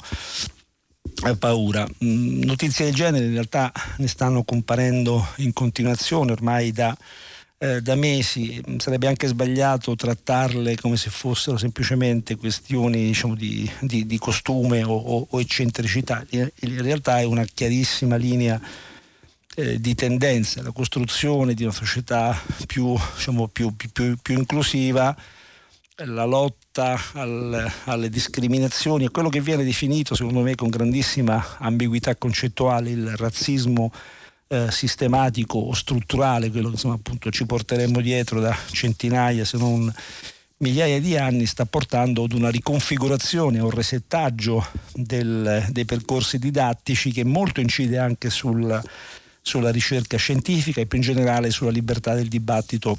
Speaker 2: paura. Notizie del genere in realtà ne stanno comparendo in continuazione ormai da, eh, da mesi. Sarebbe anche sbagliato trattarle come se fossero semplicemente questioni, diciamo, di, di, di costume o, o, o eccentricità. In, in realtà è una chiarissima linea eh, di tendenza, la costruzione di una società più, diciamo, più, più, più, più inclusiva, la lotta al, alle discriminazioni e quello che viene definito secondo me con grandissima ambiguità concettuale il razzismo eh, sistematico o strutturale, quello che insomma appunto ci porteremo dietro da centinaia se non migliaia di anni, sta portando ad una riconfigurazione o un resettaggio del, dei percorsi didattici che molto incide anche sul, sulla ricerca scientifica e più in generale sulla libertà del dibattito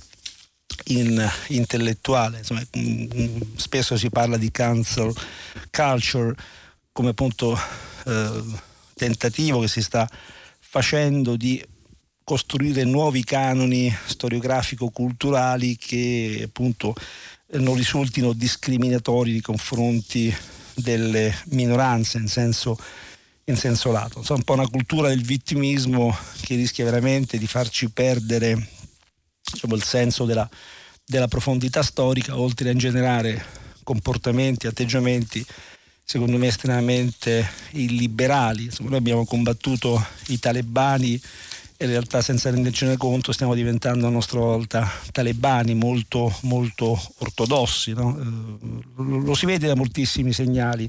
Speaker 2: in, intellettuale. Insomma, mh, spesso si parla di cancel culture come appunto eh, tentativo che si sta facendo di costruire nuovi canoni storiografico-culturali che appunto non risultino discriminatori nei confronti delle minoranze in senso, in senso lato. Insomma, un po' una cultura del vittimismo che rischia veramente di farci perdere, diciamo, il senso della, della profondità storica, oltre a ingenerare comportamenti, atteggiamenti secondo me estremamente illiberali. Insomma, noi abbiamo combattuto i talebani e in realtà senza rendercene conto stiamo diventando a nostra volta talebani molto, molto ortodossi, no? Eh, lo si vede da moltissimi segnali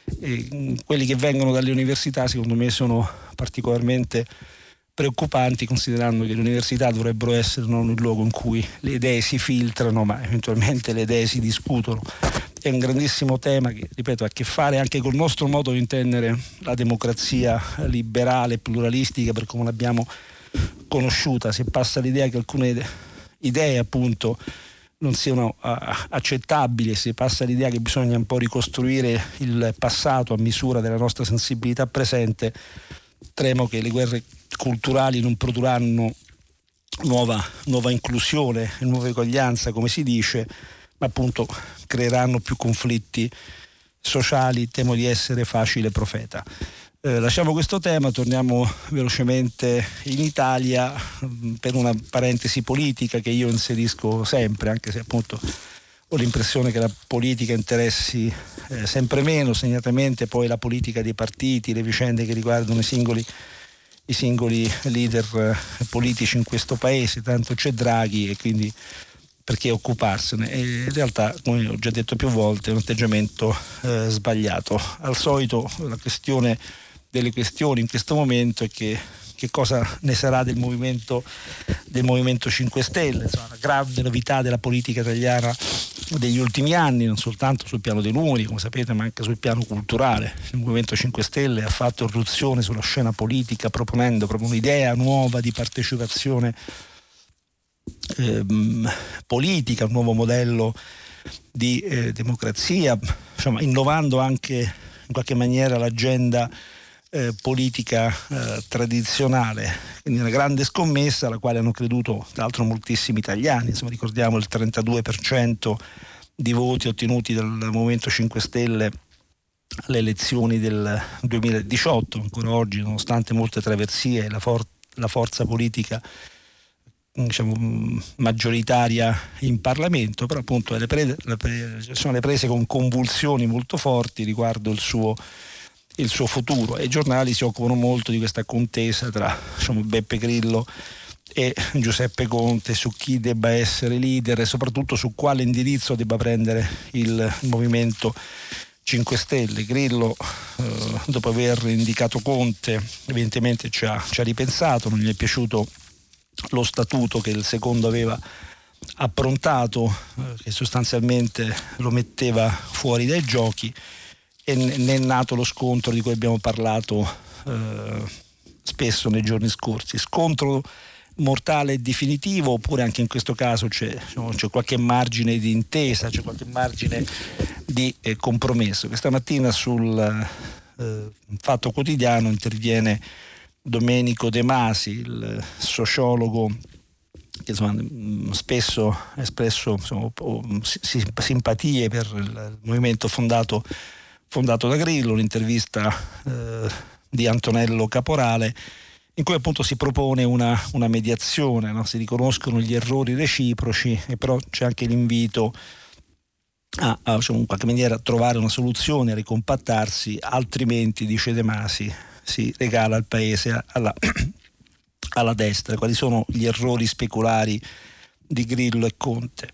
Speaker 2: e quelli che vengono dalle università secondo me sono particolarmente preoccupanti, considerando che le università dovrebbero essere non il luogo in cui le idee si filtrano ma eventualmente le idee si discutono. È un grandissimo tema che, ripeto, ha a che fare anche col nostro modo di intendere la democrazia liberale, pluralistica, per come l'abbiamo conosciuta. Se passa l'idea che alcune idee appunto non siano uh, accettabili, se passa l'idea che bisogna un po' ricostruire il passato a misura della nostra sensibilità presente, temo che le guerre culturali non produrranno nuova, nuova inclusione e nuova eguaglianza, come si dice, ma appunto creeranno più conflitti sociali. Temo di essere facile profeta. Eh, lasciamo questo tema, torniamo velocemente in Italia mh, per una parentesi politica che io inserisco sempre, anche se appunto ho l'impressione che la politica interessi eh, sempre meno, segnatamente poi la politica dei partiti, le vicende che riguardano i singoli, i singoli leader eh, politici in questo paese. Tanto c'è Draghi e quindi perché occuparsene? E in realtà, come ho già detto più volte, è un atteggiamento eh, sbagliato. Al solito la questione delle questioni in questo momento è che che cosa ne sarà del movimento del Movimento cinque Stelle. Insomma, la grande novità della politica italiana degli ultimi anni, non soltanto sul piano dei numeri, come sapete, ma anche sul piano culturale. Il Movimento cinque Stelle ha fatto irruzione sulla scena politica proponendo proprio un'idea nuova di partecipazione ehm, politica, un nuovo modello di eh, democrazia, insomma, innovando anche in qualche maniera l'agenda Eh, politica eh, tradizionale. Quindi una grande scommessa alla quale hanno creduto tra l'altro moltissimi italiani. Insomma, ricordiamo il trentadue per cento di voti ottenuti dal Movimento cinque Stelle alle elezioni del duemiladiciotto. Ancora oggi, nonostante molte traversie, la, for- la forza politica, diciamo, maggioritaria in Parlamento, però appunto le pre- le pre- sono le prese con convulsioni molto forti riguardo il suo il suo futuro, e i giornali si occupano molto di questa contesa tra, diciamo, Beppe Grillo e Giuseppe Conte su chi debba essere leader e soprattutto su quale indirizzo debba prendere il Movimento cinque Stelle. Grillo, eh, dopo aver indicato Conte, evidentemente ci ha, ci ha ripensato, non gli è piaciuto lo statuto che il secondo aveva approntato, eh, che sostanzialmente lo metteva fuori dai giochi, e ne è nato lo scontro di cui abbiamo parlato eh, spesso nei giorni scorsi. Scontro mortale e definitivo, oppure anche in questo caso c'è, c'è qualche margine di intesa, c'è qualche margine di eh, compromesso. Questa mattina sul eh, Fatto Quotidiano interviene Domenico De Masi, il sociologo che insomma, spesso ha espresso insomma, simpatie per il movimento fondato, fondato da Grillo, l'intervista eh, di Antonello Caporale, in cui appunto si propone una, una mediazione, no? Si riconoscono gli errori reciproci, e però c'è anche l'invito a, a diciamo, in qualche maniera trovare una soluzione, a ricompattarsi, altrimenti, dice De Masi, si regala il paese alla, alla destra. Quali sono gli errori speculari di Grillo e Conte?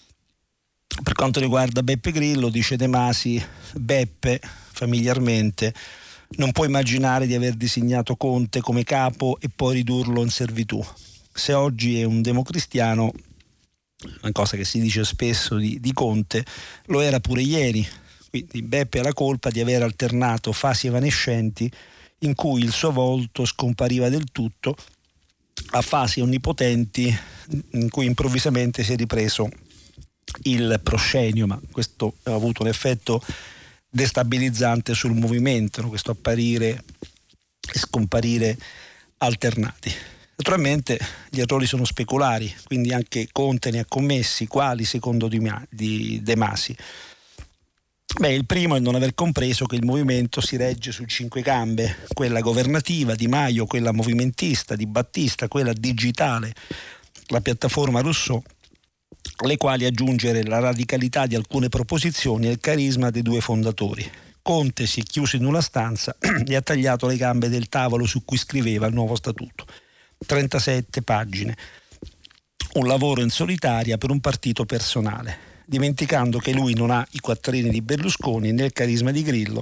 Speaker 2: Per quanto riguarda Beppe Grillo, dice De Masi, Beppe familiarmente non può immaginare di aver designato Conte come capo e poi ridurlo in servitù. Se oggi è un democristiano, una cosa che si dice spesso di, di Conte, lo era pure ieri. Quindi Beppe ha la colpa di aver alternato fasi evanescenti in cui il suo volto scompariva del tutto a fasi onnipotenti in cui improvvisamente si è ripreso il proscenio, ma questo ha avuto un effetto destabilizzante sul movimento, no? Questo apparire e scomparire alternati. Naturalmente gli errori sono speculari, quindi anche Conte ne ha commessi. Quali, secondo di De Masi? Beh, il primo è non aver compreso che il movimento si regge su cinque gambe: quella governativa, Di Maio, quella movimentista, Di Battista, quella digitale, la piattaforma Rousseau, alle quali aggiungere la radicalità di alcune proposizioni e il carisma dei due fondatori. Conte si è chiuso in una stanza e ha tagliato le gambe del tavolo su cui scriveva il nuovo statuto. trentasette pagine. Un lavoro in solitaria per un partito personale, dimenticando che lui non ha i quattrini di Berlusconi né il carisma di Grillo,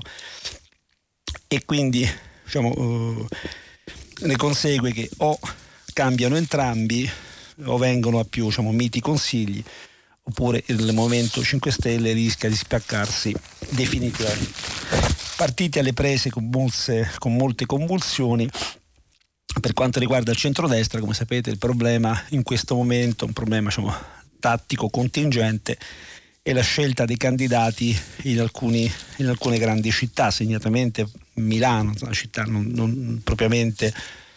Speaker 2: e quindi diciamo, uh, ne consegue che o cambiano entrambi o vengono a più diciamo, miti consigli, oppure il Movimento cinque Stelle rischia di spaccarsi definitivamente. Partiti alle prese con, molte, con molte convulsioni. Per quanto riguarda il centrodestra, come sapete, il problema in questo momento, un problema diciamo, tattico contingente, è la scelta dei candidati in, alcuni, in alcune grandi città, segnatamente Milano, una città non, non propriamente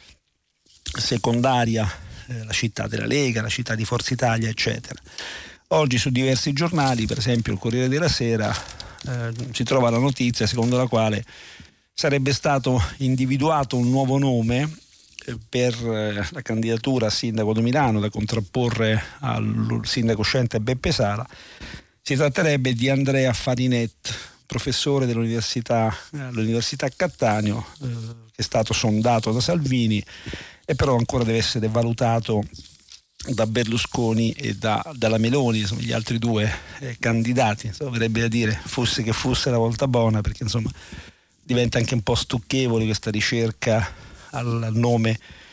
Speaker 2: secondaria, eh, la città della Lega, la città di Forza Italia, eccetera. Oggi su diversi giornali, per esempio il Corriere della Sera, eh, si trova la notizia secondo la quale sarebbe stato individuato un nuovo nome per la candidatura a sindaco di Milano da contrapporre al sindaco uscente Beppe Sala. Si tratterebbe di Andrea Farinet, professore dell'università, all'Università Cattaneo, eh, che è stato sondato da Salvini e però ancora deve essere valutato da Berlusconi e da, dalla Meloni, insomma, gli altri due eh, candidati. Insomma, verrebbe da dire fosse che fosse la volta buona, perché insomma diventa anche un po' stucchevole questa ricerca al, al nome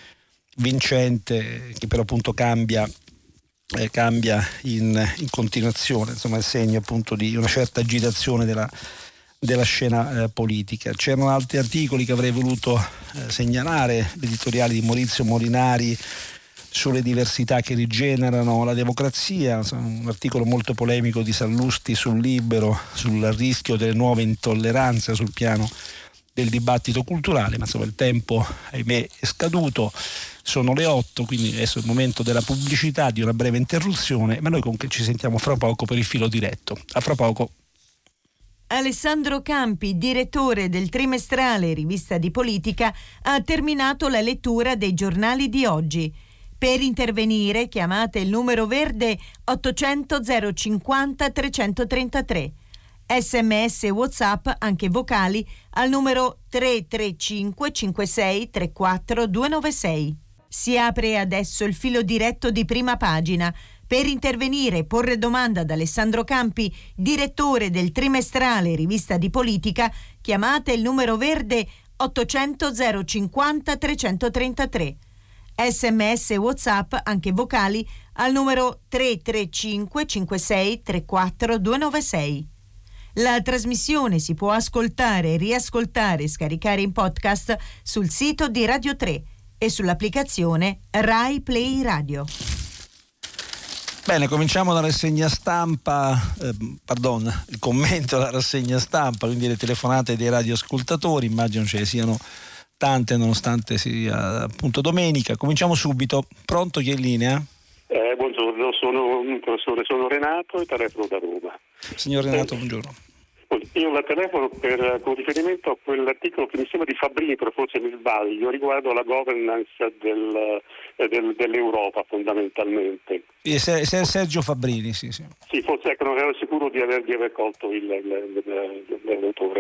Speaker 2: vincente, che però appunto cambia eh, cambia in, in continuazione, insomma è segno appunto di una certa agitazione della, della scena eh, politica. C'erano altri articoli che avrei voluto eh, segnalare, l'editoriale di Maurizio Molinari sulle diversità che rigenerano la democrazia, un articolo molto polemico di Sallusti sul Libero, sul rischio delle nuove intolleranze sul piano del dibattito culturale, ma insomma il tempo ahimè è scaduto, sono le otto, quindi adesso è il momento della pubblicità, di una breve interruzione, ma noi comunque ci sentiamo fra poco per il filo diretto. A fra poco.
Speaker 1: Alessandro Campi, direttore del trimestrale Rivista di Politica, ha terminato la lettura dei giornali di oggi. Per intervenire chiamate il numero verde ottocento zero cinquanta trecentotrentatré. Sms e WhatsApp, anche vocali, al numero tre tre cinque cinque sei tre quattro due nove sei. Si apre adesso il filo diretto di Prima Pagina. Per intervenire e porre domanda ad Alessandro Campi, direttore del trimestrale Rivista di Politica, chiamate il numero verde ottocento zero cinquanta trecentotrentatré. Sms e WhatsApp, anche vocali, al numero tre tre cinque cinque sei tre quattro due nove sei. La trasmissione si può ascoltare, riascoltare e scaricare in podcast sul sito di Radio tre e sull'applicazione Rai Play Radio.
Speaker 2: Bene, cominciamo dalla rassegna stampa, eh, pardon, il commento alla rassegna stampa, quindi le telefonate dei radioascoltatori, immagino ce ne siano tante nonostante sia appunto domenica. Cominciamo subito. Pronto, chi è in linea?
Speaker 3: sono un professore, sono Renato e telefono da Roma.
Speaker 2: Signor Renato, eh, buongiorno.
Speaker 3: Io la telefono per, con riferimento a quell'articolo che mi sembra di Fabbrini, però forse mi sbaglio, riguardo alla governance del, del, dell'Europa fondamentalmente.
Speaker 2: Sì, Sergio Fabbrini, sì, sì.
Speaker 3: Sì, forse ecco, non ero sicuro di aver, di aver colto il, il, il, l'autore.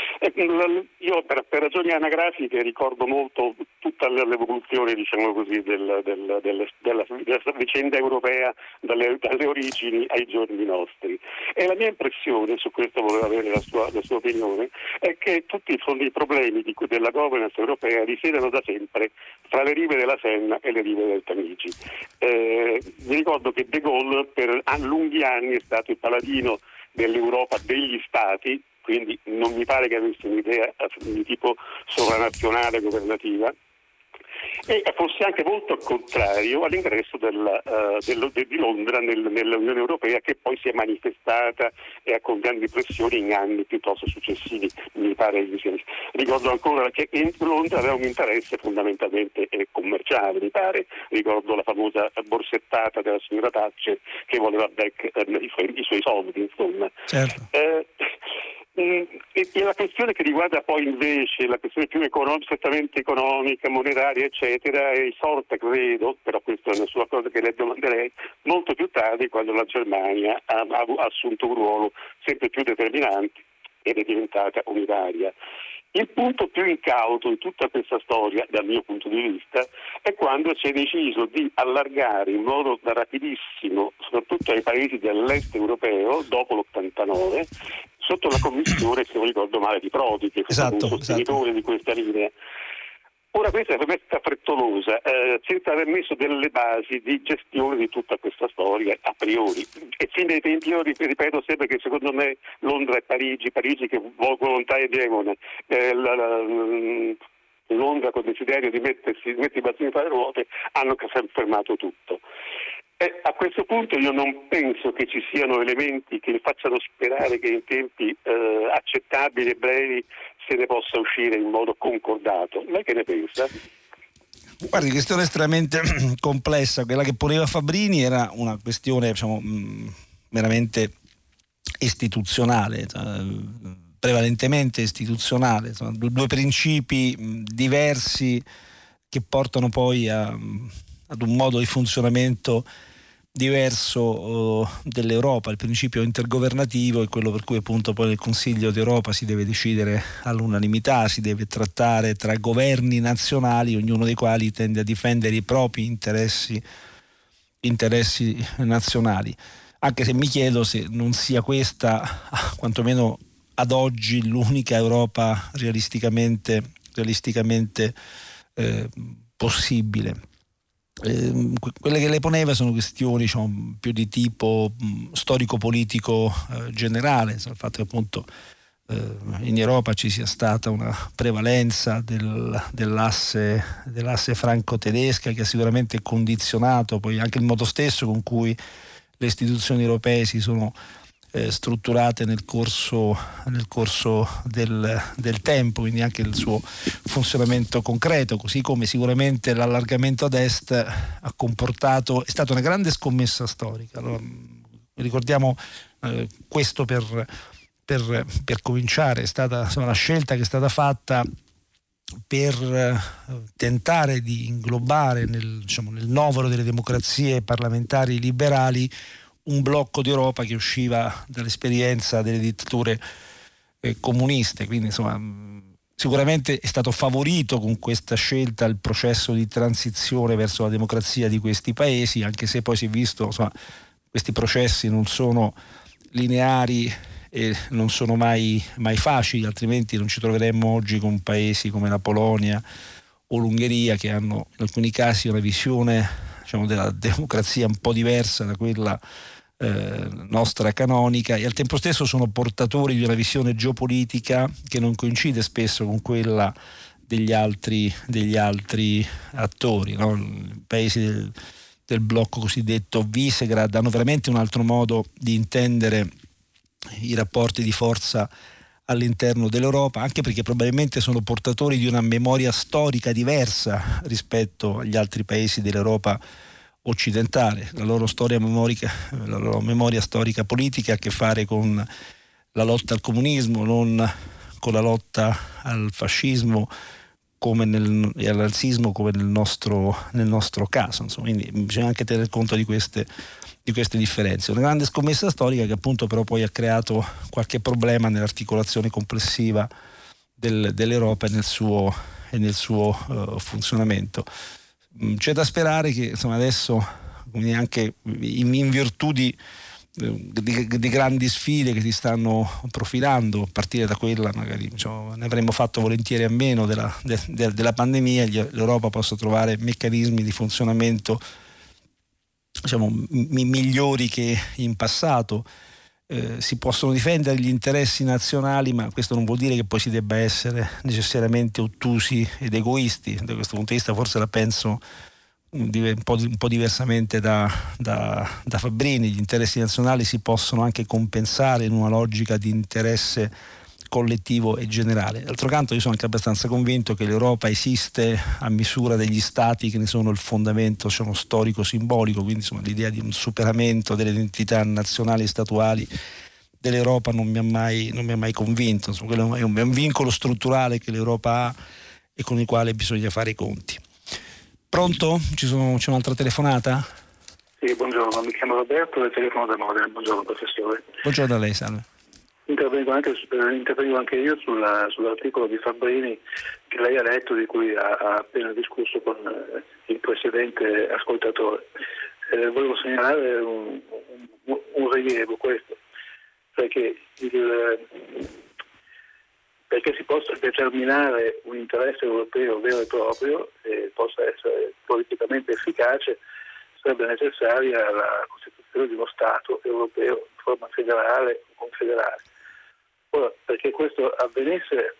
Speaker 3: Io per, per ragioni anagrafiche ricordo molto tutta l'evoluzione, diciamo così, del, del, del, della, della vicenda europea dalle, dalle origini ai giorni nostri. E la mia impressione, su questo volevo avere la sua, la sua opinione, è che tutti i problemi di, della governance europea risiedono da sempre fra le rive della Senna e le rive del Tamigi. Eh, mi ricordo che De Gaulle per lunghi anni è stato il paladino dell'Europa degli Stati, quindi non mi pare che avesse un'idea di tipo sovranazionale governativa, e fosse anche molto al contrario all'ingresso del, uh, del, de, di Londra nel, nell'Unione Europea, che poi si è manifestata e con grandi pressioni in anni piuttosto successivi, mi pare. Ricordo ancora che in Londra aveva un interesse fondamentalmente eh, commerciale, mi pare. Ricordo la famosa borsettata della signora Thatcher che voleva back eh, i, suoi, i suoi soldi, insomma.
Speaker 2: Certo.
Speaker 3: Eh, E, e la questione che riguarda poi invece la questione più economica, strettamente economica, monetaria, eccetera, è sorta, credo, però questa è una sua cosa che le domanderei, molto più tardi, quando la Germania ha, ha assunto un ruolo sempre più determinante ed è diventata unitaria. Il punto più incauto in tutta questa storia, dal mio punto di vista, è quando si è deciso di allargare in modo rapidissimo, soprattutto ai paesi dell'est europeo, dopo l'ottantanove, sotto la commissione, se non ricordo male, di Prodi, che fu esatto, un sostenitore esatto. di questa linea. Ora questa è una promessa frettolosa, eh, senza aver messo delle basi di gestione di tutta questa storia a priori. E fin dai tempi, io ripeto sempre che secondo me Londra e Parigi, Parigi che volontà egemone, eh, la, la, Londra con il desiderio di mettersi, di mettere i bastoni fra le ruote, hanno fermato tutto. E a questo punto io non penso che ci siano elementi che facciano sperare che in tempi eh, accettabili e brevi se ne possa uscire in modo concordato. Lei che ne pensa?
Speaker 2: Guardi, questione estremamente complessa. Quella che poneva Fabbrini era una questione, diciamo, meramente istituzionale, prevalentemente istituzionale, insomma, due principi diversi che portano poi a, ad un modo di funzionamento diverso uh, dell'Europa. Il principio intergovernativo è quello per cui appunto poi nel Consiglio d'Europa si deve decidere all'unanimità, si deve trattare tra governi nazionali, ognuno dei quali tende a difendere i propri interessi, interessi nazionali, anche se mi chiedo se non sia questa, quantomeno ad oggi, l'unica Europa realisticamente, realisticamente eh, possibile. Eh, quelle che lei poneva sono questioni, diciamo, più di tipo mh, storico-politico eh, generale, il fatto che appunto eh, in Europa ci sia stata una prevalenza del, dell'asse, dell'asse franco-tedesca, che ha sicuramente condizionato poi anche il modo stesso con cui le istituzioni europee si sono eh, strutturate nel corso, nel corso del, del tempo, quindi anche il suo funzionamento concreto, così come sicuramente l'allargamento ad est ha comportato, è stata una grande scommessa storica. Allora, ricordiamo eh, questo per, per, per cominciare, è stata insomma, la scelta che è stata fatta per eh, tentare di inglobare nel, diciamo, nel novero delle democrazie parlamentari liberali un blocco di Europa che usciva dall'esperienza delle dittature eh, comuniste, quindi insomma sicuramente è stato favorito con questa scelta il processo di transizione verso la democrazia di questi paesi, anche se poi si è visto insomma questi processi non sono lineari e non sono mai, mai facili, altrimenti non ci troveremmo oggi con paesi come la Polonia o l'Ungheria, che hanno in alcuni casi una visione, diciamo, della democrazia un po' diversa da quella eh, nostra canonica, e al tempo stesso sono portatori di una visione geopolitica che non coincide spesso con quella degli altri, degli altri attori, no? I paesi del, del blocco cosiddetto Visegrad hanno veramente un altro modo di intendere i rapporti di forza all'interno dell'Europa, anche perché probabilmente sono portatori di una memoria storica diversa rispetto agli altri paesi dell'Europa occidentale. La loro storia memorica, la loro memoria storica politica ha a che fare con la lotta al comunismo, non con la lotta al fascismo come nel, e al nazismo come nel nostro, nel nostro caso. Insomma, quindi bisogna anche tener conto di queste, di queste differenze. Una grande scommessa storica che appunto però poi ha creato qualche problema nell'articolazione complessiva del, dell'Europa e nel suo, e nel suo uh, funzionamento. C'è da sperare che insomma adesso, quindi anche in, in virtù di, di, di grandi sfide che si stanno profilando, a partire da quella magari diciamo, ne avremmo fatto volentieri a meno della, de, de, della pandemia, l'Europa possa trovare meccanismi di funzionamento diciamo, mi, migliori che in passato. Eh, si possono difendere gli interessi nazionali, ma questo non vuol dire che poi si debba essere necessariamente ottusi ed egoisti. Da questo punto di vista forse la penso un po', un po' diversamente da, da, da Fabbrini. Gli interessi nazionali si possono anche compensare in una logica di interesse collettivo e generale. D'altro canto io sono anche abbastanza convinto che l'Europa esiste a misura degli stati che ne sono il fondamento diciamo, storico-simbolico, quindi insomma, l'idea di un superamento delle identità nazionali e statuali dell'Europa non mi ha mai, non mi ha mai convinto. Insomma, quello è un, è un vincolo strutturale che l'Europa ha e con il quale bisogna fare i conti. Pronto? Ci sono, c'è un'altra telefonata?
Speaker 4: Sì, buongiorno, mi chiamo Roberto e telefono da Modena. Buongiorno professore.
Speaker 2: Buongiorno a lei, salve.
Speaker 4: Intervengo anche, eh, intervengo anche io sulla, sull'articolo di Fabbrini che lei ha letto, di cui ha, ha appena discusso con eh, il precedente ascoltatore. Eh, volevo segnalare un, un, un rilievo, questo, perché, il, perché si possa determinare un interesse europeo vero e proprio e possa essere politicamente efficace, sarebbe necessaria la costituzione di uno Stato europeo in forma federale o confederale. Ora, perché questo avvenisse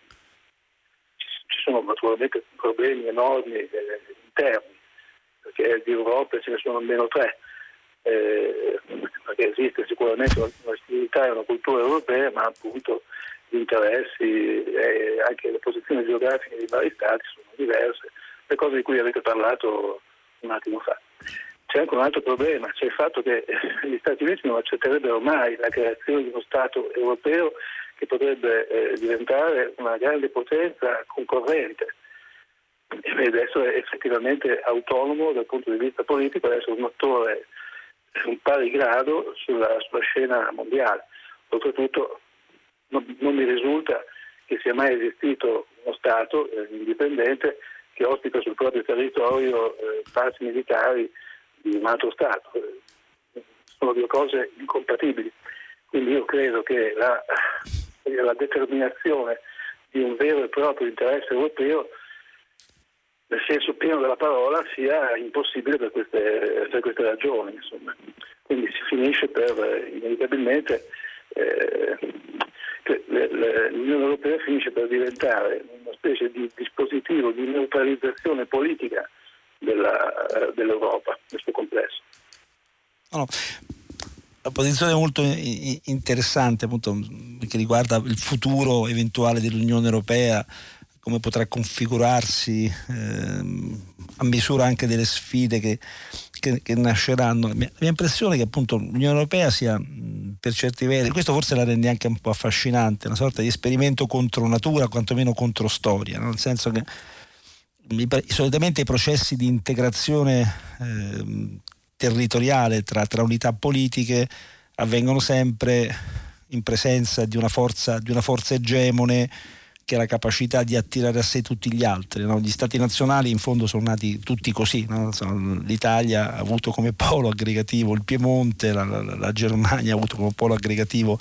Speaker 4: ci sono naturalmente problemi enormi eh, interni, perché di Europa ce ne sono almeno tre, eh, perché esiste sicuramente una civiltà e una cultura europea, ma appunto gli interessi e anche le posizioni geografiche dei vari stati sono diverse, le cose di cui avete parlato un attimo fa. C'è anche un altro problema, c'è il fatto che gli Stati Uniti non accetterebbero mai la creazione di uno Stato europeo che potrebbe eh, diventare una grande potenza concorrente ed essere effettivamente autonomo dal punto di vista politico, ad essere un attore in pari grado sulla, sulla scena mondiale. Oltretutto non, non mi risulta che sia mai esistito uno Stato eh, indipendente che ospita sul proprio territorio eh, basi militari di un altro Stato. Sono due cose incompatibili. Quindi io credo che la, la determinazione di un vero e proprio interesse europeo, nel senso pieno della parola, sia impossibile per queste, per queste ragioni. Insomma. Quindi si finisce per, inevitabilmente, eh, l'Unione Europea finisce per diventare una specie di dispositivo di neutralizzazione politica della, dell'Europa, nel suo complesso.
Speaker 2: No, la posizione è molto interessante, appunto, che riguarda il futuro eventuale dell'Unione Europea, come potrà configurarsi eh, a misura anche delle sfide che, che, che nasceranno. La mia, la mia impressione è che appunto l'Unione Europea sia per certi versi, questo forse la rende anche un po' affascinante, una sorta di esperimento contro natura, quantomeno contro storia, no? Nel senso che solitamente i processi di integrazione eh, territoriale tra, tra unità politiche avvengono sempre in presenza di una forza, di una forza egemone che ha la capacità di attirare a sé tutti gli altri, no? Gli stati nazionali in fondo sono nati tutti così, no? L'Italia ha avuto come polo aggregativo il Piemonte, la, la, la Germania ha avuto come polo aggregativo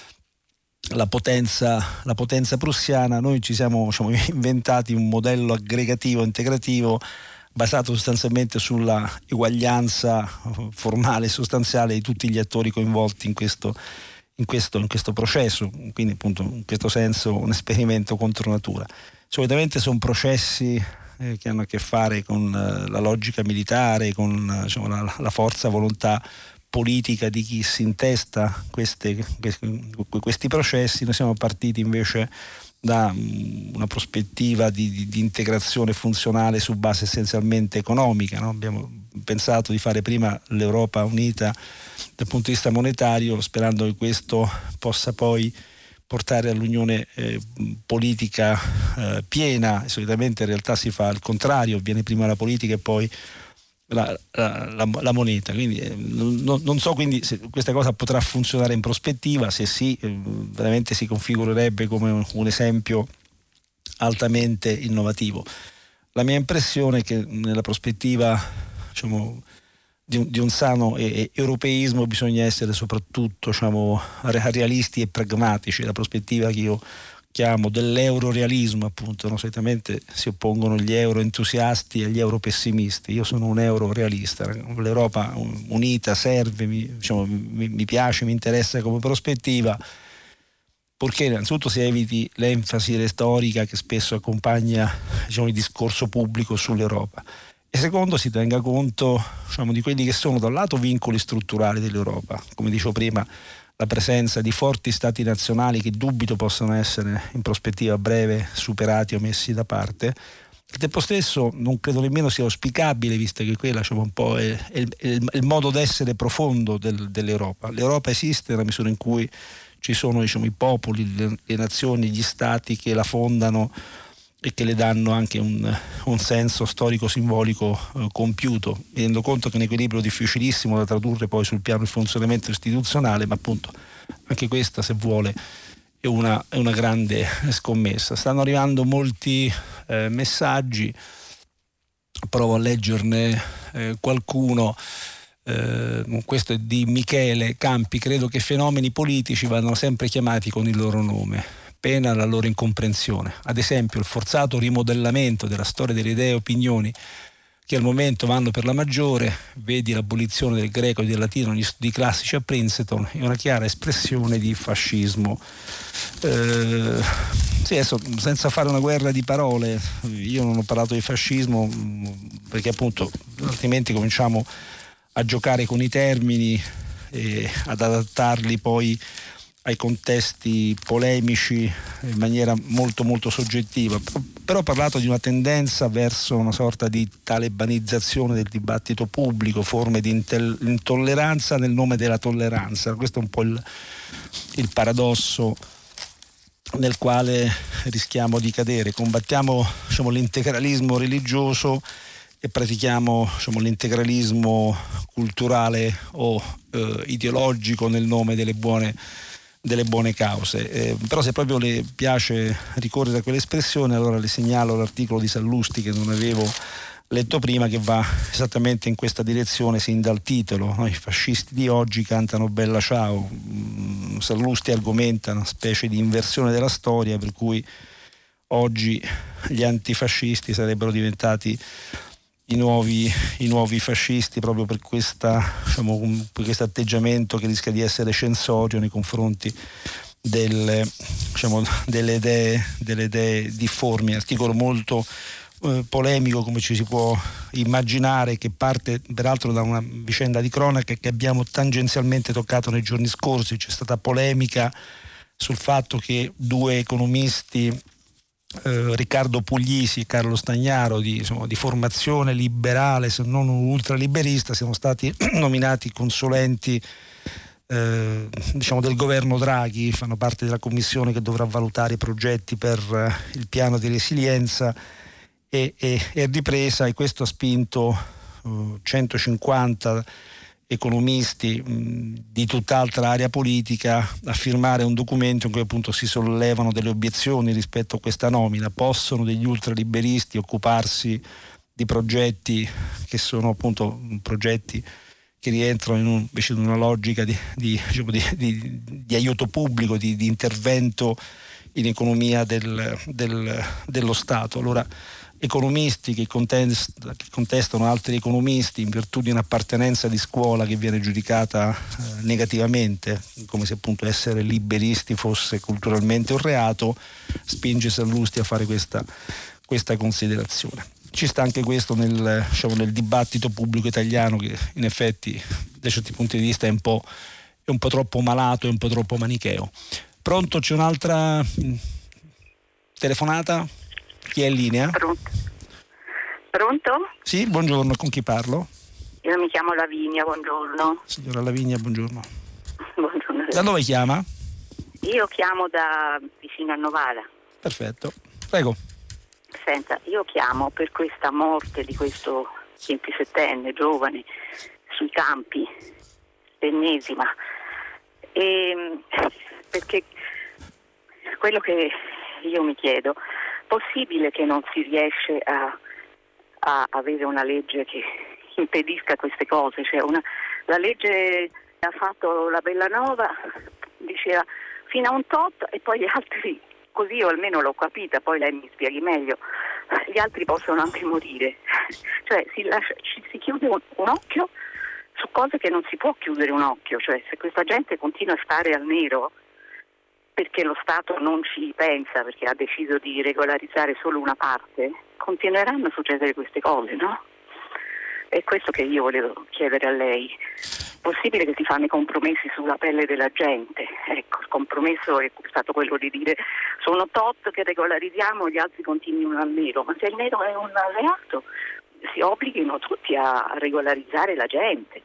Speaker 2: la potenza, la potenza prussiana. Noi ci siamo diciamo, inventati un modello aggregativo integrativo basato sostanzialmente sulla eguaglianza formale e sostanziale di tutti gli attori coinvolti in questo, in questo, in questo processo, quindi appunto in questo senso un esperimento contro natura. Solitamente sono processi eh, che hanno a che fare con eh, la logica militare, con diciamo, la, la forza volontà politica di chi si intesta queste, questi processi. Noi siamo partiti invece da una prospettiva di, di, di integrazione funzionale su base essenzialmente economica, no? Abbiamo pensato di fare prima l'Europa unita dal punto di vista monetario, sperando che questo possa poi portare all'unione eh, politica eh, piena. Solitamente in realtà si fa il contrario, viene prima la politica e poi la, la, la, la moneta. Quindi eh, non, non so quindi se questa cosa potrà funzionare in prospettiva. Se sì, eh, veramente si configurerebbe come un, un esempio altamente innovativo. La mia impressione è che nella prospettiva, diciamo, di un, di un sano e, e europeismo bisogna essere soprattutto, diciamo, realisti e pragmatici. La prospettiva che io chiamo dell'eurorealismo, appunto, no? Solitamente si oppongono gli euro entusiasti agli euro pessimisti. Io sono un euro realista. L'Europa unita serve, mi, diciamo, mi, mi piace, mi interessa come prospettiva, purché innanzitutto si eviti l'enfasi retorica che spesso accompagna, diciamo, il discorso pubblico sull'Europa. E secondo, si tenga conto, diciamo, di quelli che sono da un lato vincoli strutturali dell'Europa, come dicevo prima, la presenza di forti stati nazionali che dubito possano essere in prospettiva breve superati o messi da parte. Al tempo stesso non credo nemmeno sia auspicabile, visto che quella, diciamo, un po' è, è, è il modo d'essere profondo del, dell'Europa. L'Europa esiste nella misura in cui ci sono, diciamo, i popoli, le, le nazioni, gli stati che la fondano e che le danno anche un, un senso storico-simbolico eh, compiuto. Mi rendo conto che è un equilibrio difficilissimo da tradurre poi sul piano del funzionamento istituzionale, ma appunto anche questa, se vuole, è una, è una grande scommessa. Stanno arrivando molti eh, messaggi, provo a leggerne eh, qualcuno. Eh, questo è di Michele Campi: credo che fenomeni politici vadano sempre chiamati con il loro nome, pena la loro incomprensione. Ad esempio il forzato rimodellamento della storia delle idee e opinioni che al momento vanno per la maggiore, vedi l'abolizione del greco e del latino negli studi classici a Princeton, è una chiara espressione di fascismo. Eh, sì, adesso, senza fare una guerra di parole, io non ho parlato di fascismo perché appunto altrimenti cominciamo a giocare con i termini e ad adattarli poi ai contesti polemici in maniera molto molto soggettiva. Però ho parlato di una tendenza verso una sorta di talebanizzazione del dibattito pubblico, forme di intel- intolleranza nel nome della tolleranza. Questo è un po' il, il paradosso nel quale rischiamo di cadere. Combattiamo, diciamo, l'integralismo religioso e pratichiamo, diciamo, l'integralismo culturale o eh, ideologico nel nome delle buone delle buone cause. Eh, però se proprio le piace ricorrere a quell'espressione, allora le segnalo l'articolo di Sallusti che non avevo letto prima, che va esattamente in questa direzione sin dal titolo, no? I fascisti di oggi cantano Bella Ciao. Mm, Sallusti argomenta una specie di inversione della storia, per cui oggi gli antifascisti sarebbero diventati I nuovi, i nuovi fascisti, proprio per questa, diciamo, per questo atteggiamento che rischia di essere censorio nei confronti del, diciamo, delle idee, delle idee difformi. Articolo molto eh, polemico, come ci si può immaginare, che parte peraltro da una vicenda di cronaca che abbiamo tangenzialmente toccato nei giorni scorsi. C'è stata polemica sul fatto che due economisti, Eh, Riccardo Puglisi e Carlo Stagnaro, di, insomma, di formazione liberale se non ultraliberista, siano stati nominati consulenti eh, diciamo del governo Draghi, fanno parte della commissione che dovrà valutare i progetti per eh, il piano di resilienza e, e, e ripresa, e questo ha spinto eh, centocinquanta economisti mh, di tutt'altra area politica a firmare un documento in cui appunto si sollevano delle obiezioni rispetto a questa nomina. Possono degli ultraliberisti occuparsi di progetti che sono appunto progetti che rientrano in un, invece in una logica di, di, diciamo, di, di, di aiuto pubblico, di, di intervento in economia del, del, dello Stato? Allora, economisti che, contest, che contestano altri economisti in virtù di un'appartenenza di scuola che viene giudicata eh, negativamente, come se appunto essere liberisti fosse culturalmente un reato, spinge Sallusti a fare questa, questa considerazione. Ci sta anche questo nel, diciamo, nel dibattito pubblico italiano, che in effetti da certi punti di vista è un po', è un po' troppo malato, è un po' troppo manicheo. Pronto, c'è un'altra... telefonata. Chi è in linea?
Speaker 5: Pronto? Pronto?
Speaker 2: Sì, buongiorno, con chi parlo?
Speaker 5: Io mi chiamo Lavinia, buongiorno.
Speaker 2: Signora Lavinia, buongiorno.
Speaker 5: Buongiorno.
Speaker 2: Da dove chiama?
Speaker 5: Io chiamo da vicino a Novara.
Speaker 2: Perfetto, prego.
Speaker 5: Senta, io chiamo per questa morte di questo ventisettenne giovane sui campi, l'ennesima, e perché quello che io mi chiedo, possibile che non si riesce a, a avere una legge che impedisca queste cose? Cioè una, la legge ha fatto la Bellanova, diceva fino a un tot, e poi gli altri, così io almeno l'ho capita, poi lei mi spieghi meglio, gli altri possono anche morire. Cioè si, lascia, ci, si chiude un, un occhio su cose che non si può chiudere un occhio. Cioè se questa gente continua a stare al nero perché lo Stato non ci pensa, perché ha deciso di regolarizzare solo una parte, continueranno a succedere queste cose, no? È questo che io volevo chiedere a lei. Possibile che si fanno i compromessi sulla pelle della gente? Ecco, il compromesso è stato quello di dire sono tot che regolarizziamo, gli altri continuano al nero, ma se il nero è un reato si obblighino tutti a regolarizzare la gente.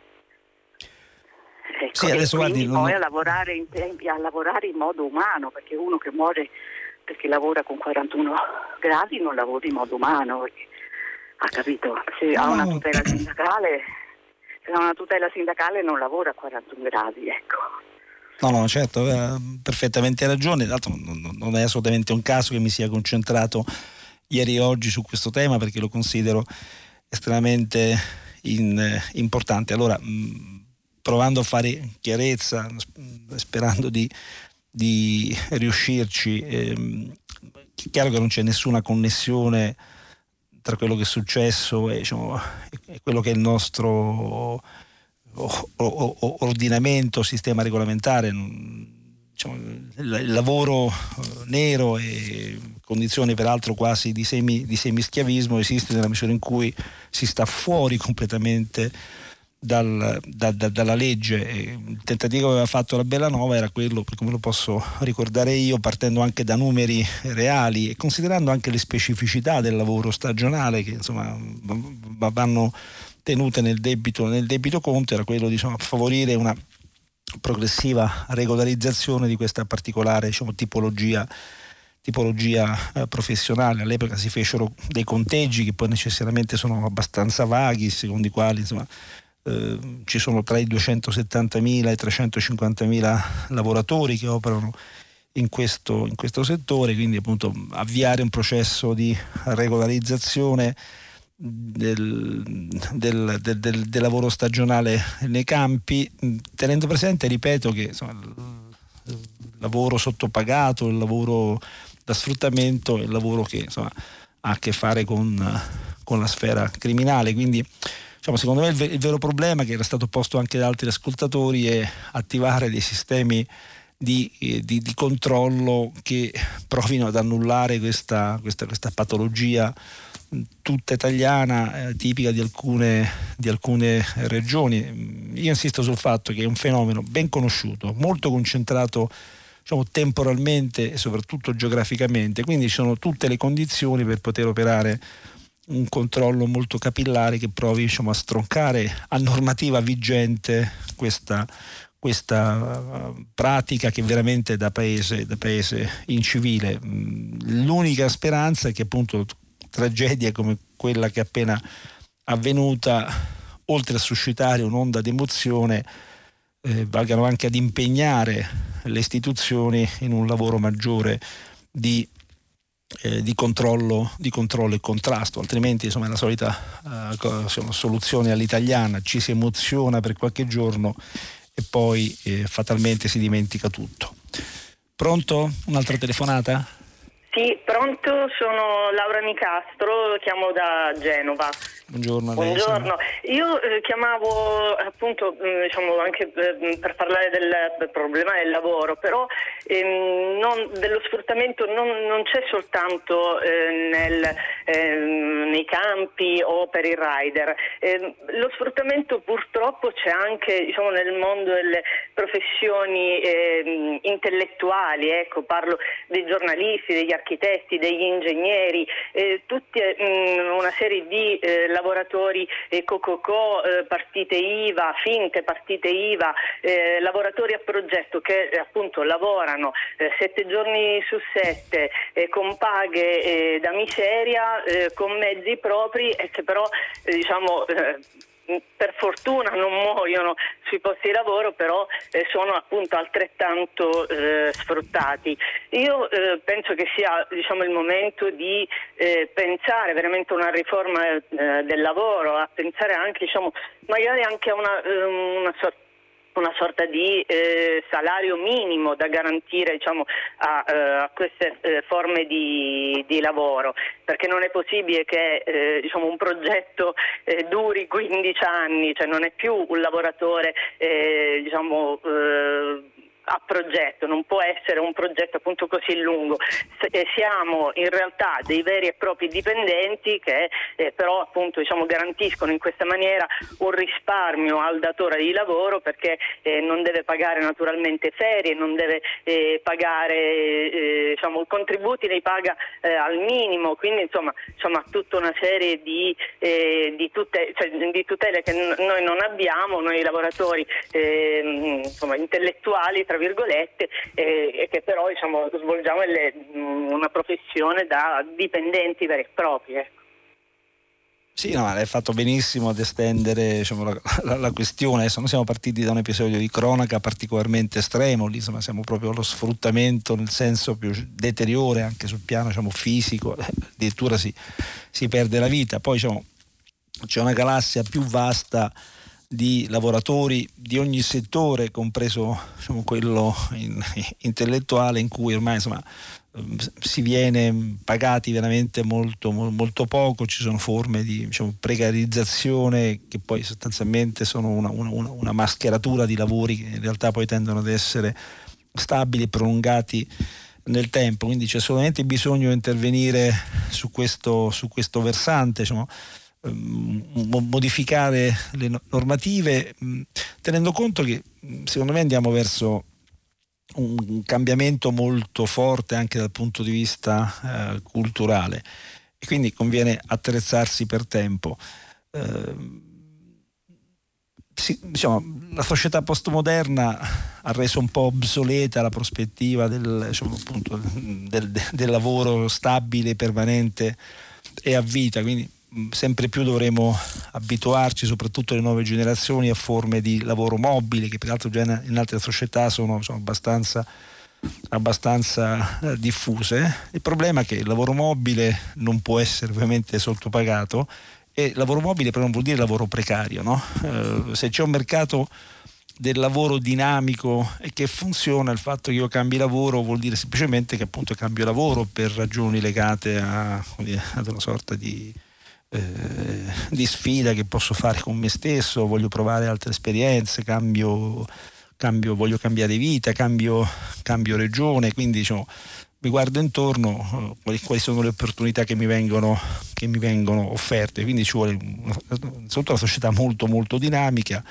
Speaker 5: Ecco, sì, adesso e quindi guardi, poi non... a, lavorare in tempi, a lavorare in modo umano, perché uno che muore perché lavora con quarantuno gradi non lavora in modo umano, perché, ha capito? Se no. ha una tutela sindacale, se ha una tutela sindacale non lavora a quarantuno gradi, ecco.
Speaker 2: No, no, certo, ha perfettamente ragione. D'altro non, non è assolutamente un caso che mi sia concentrato ieri e oggi su questo tema, perché lo considero estremamente in, eh, importante. Allora, mh, provando a fare chiarezza, sperando di, di riuscirci, ehm, è chiaro che non c'è nessuna connessione tra quello che è successo e, diciamo, e quello che è il nostro o, o, o, ordinamento, sistema regolamentare. Diciamo, il, il lavoro nero e condizioni peraltro quasi di semi di semischiavismo esiste nella misura in cui si sta fuori completamente dal, da, da, dalla legge. Il tentativo che aveva fatto la Bellanova era quello, per come lo posso ricordare io, partendo anche da numeri reali e considerando anche le specificità del lavoro stagionale che insomma vanno tenute nel debito, nel debito conto, era quello di insomma, favorire una progressiva regolarizzazione di questa particolare, diciamo, tipologia tipologia eh, professionale. All'epoca si fecero dei conteggi che poi necessariamente sono abbastanza vaghi, secondo i quali insomma eh, ci sono tra i duecentosettantamila e i trecentocinquantamila lavoratori che operano in questo, in questo settore, quindi appunto avviare un processo di regolarizzazione Del, del, del, del, del lavoro stagionale nei campi, tenendo presente, ripeto, che insomma, il lavoro sottopagato, il lavoro da sfruttamento è il lavoro che insomma, ha a che fare con, con la sfera criminale. Quindi diciamo, secondo me il, il vero problema, che era stato posto anche da altri ascoltatori, è attivare dei sistemi di, di, di controllo che provino ad annullare questa, questa, questa patologia tutta italiana, eh, tipica di alcune, di alcune regioni. Io insisto sul fatto che è un fenomeno ben conosciuto, molto concentrato, diciamo, temporalmente e soprattutto geograficamente, quindi ci sono tutte le condizioni per poter operare un controllo molto capillare che provi, diciamo, a stroncare a normativa vigente questa, questa uh, pratica che veramente da paese, da paese incivile. L'unica speranza è che appunto tragedie come quella che è appena avvenuta, oltre a suscitare un'onda di emozione, eh, valgano anche ad impegnare le istituzioni in un lavoro maggiore di, eh, di controllo, di controllo e contrasto, altrimenti insomma è la solita eh, insomma, soluzione all'italiana: ci si emoziona per qualche giorno e poi eh, fatalmente si dimentica tutto. Pronto? Un'altra telefonata?
Speaker 6: Sì, pronto, sono Laura Nicastro, chiamo da Genova.
Speaker 2: Buongiorno.
Speaker 6: Buongiorno. Io eh, chiamavo appunto eh, diciamo anche eh, per parlare del, del problema del lavoro, però ehm, non, dello sfruttamento non, non c'è soltanto eh, nel, eh, nei campi o per i rider. Eh, lo sfruttamento purtroppo c'è anche, diciamo, nel mondo delle professioni eh, intellettuali, ecco, parlo dei giornalisti, degli architetti, degli ingegneri, eh, tutte mh, una serie di eh, lavoratori eh, co-co-co, eh, partite I V A, finte partite I V A, eh, lavoratori a progetto che eh, appunto lavorano eh, sette giorni su sette eh, con paghe eh, da miseria, eh, con mezzi propri e che però eh, diciamo eh, per fortuna non muoiono sui posti di lavoro, però eh, sono appunto altrettanto eh, sfruttati. Io eh, penso che sia diciamo il momento di eh, pensare veramente a una riforma eh, del lavoro, a pensare anche diciamo magari anche a una, una sorta una sorta di eh, salario minimo da garantire diciamo, a, eh, a queste eh, forme di, di lavoro, perché non è possibile che eh, diciamo, un progetto eh, duri quindici anni, cioè non è più un lavoratore eh, diciamo, eh, a progetto, non può essere un progetto appunto così lungo. Siamo in realtà dei veri e propri dipendenti che eh, però appunto diciamo garantiscono in questa maniera un risparmio al datore di lavoro, perché eh, non deve pagare naturalmente ferie, non deve eh, pagare eh, diciamo contributi, li paga eh, al minimo, quindi insomma, insomma tutta una serie di, eh, di, tute- cioè, di tutele che n- noi non abbiamo, noi lavoratori eh, insomma intellettuali tra virgolette, eh, e che però diciamo svolgiamo le, una professione da dipendenti veri e propri. Ecco.
Speaker 2: Sì, no, hai fatto benissimo ad estendere diciamo, la, la, la questione. Adesso noi siamo partiti da un episodio di cronaca particolarmente estremo, lì insomma siamo proprio allo sfruttamento nel senso più deteriore anche sul piano diciamo, fisico, addirittura si, si perde la vita. Poi diciamo, c'è una galassia più vasta di lavoratori di ogni settore, compreso diciamo, quello in, intellettuale, in cui ormai insomma si viene pagati veramente molto, molto poco. Ci sono forme di diciamo, precarizzazione che poi sostanzialmente sono una, una, una mascheratura di lavori che in realtà poi tendono ad essere stabili e prolungati nel tempo, quindi c'è assolutamente bisogno di intervenire su questo, su questo versante, diciamo, modificare le normative, tenendo conto che secondo me andiamo verso un cambiamento molto forte anche dal punto di vista eh, culturale, e quindi conviene attrezzarsi per tempo. Eh, si, diciamo, la società postmoderna ha reso un po' obsoleta la prospettiva del, diciamo, appunto, del, del lavoro stabile, permanente e a vita, quindi sempre più dovremo abituarci, soprattutto le nuove generazioni, a forme di lavoro mobile che peraltro già in altre società sono, sono abbastanza, abbastanza eh, diffuse. Il problema è che il lavoro mobile non può essere ovviamente sottopagato, e il lavoro mobile però non vuol dire lavoro precario, no? Eh, se c'è un mercato del lavoro dinamico e che funziona, il fatto che io cambi lavoro vuol dire semplicemente che appunto cambio lavoro per ragioni legate a, ad una sorta di Eh, di sfida che posso fare con me stesso, voglio provare altre esperienze, cambio, cambio voglio cambiare vita, cambio, cambio regione, quindi diciamo, mi guardo intorno eh, quali, quali sono le opportunità che mi vengono, che mi vengono offerte, quindi ci vuole innanzitutto una società molto molto dinamica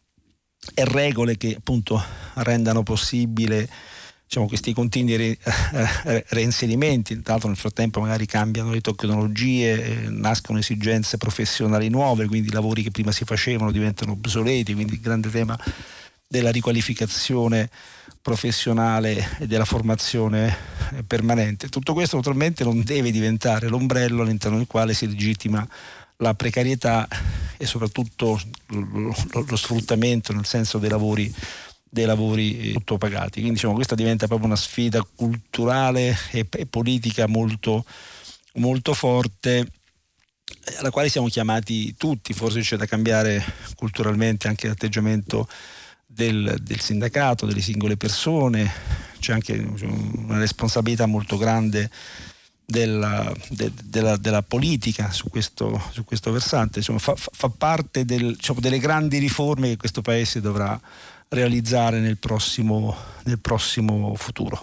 Speaker 2: e regole che appunto rendano possibile diciamo, questi continui re, eh, reinserimenti. Tra l'altro nel frattempo magari cambiano le tecnologie, eh, nascono esigenze professionali nuove, quindi i lavori che prima si facevano diventano obsoleti, quindi il grande tema della riqualificazione professionale e della formazione permanente. Tutto questo naturalmente non deve diventare l'ombrello all'interno del quale si legittima la precarietà e soprattutto lo, lo, lo sfruttamento nel senso dei lavori dei lavori sottopagati. Quindi diciamo, questa diventa proprio una sfida culturale e, e politica molto, molto forte, alla quale siamo chiamati tutti. Forse c'è da cambiare culturalmente anche l'atteggiamento del, del sindacato, delle singole persone, c'è anche una responsabilità molto grande della, de, della, della politica su questo, su questo versante. Insomma, fa, fa parte del, diciamo, delle grandi riforme che questo Paese dovrà realizzare nel prossimo, nel prossimo futuro.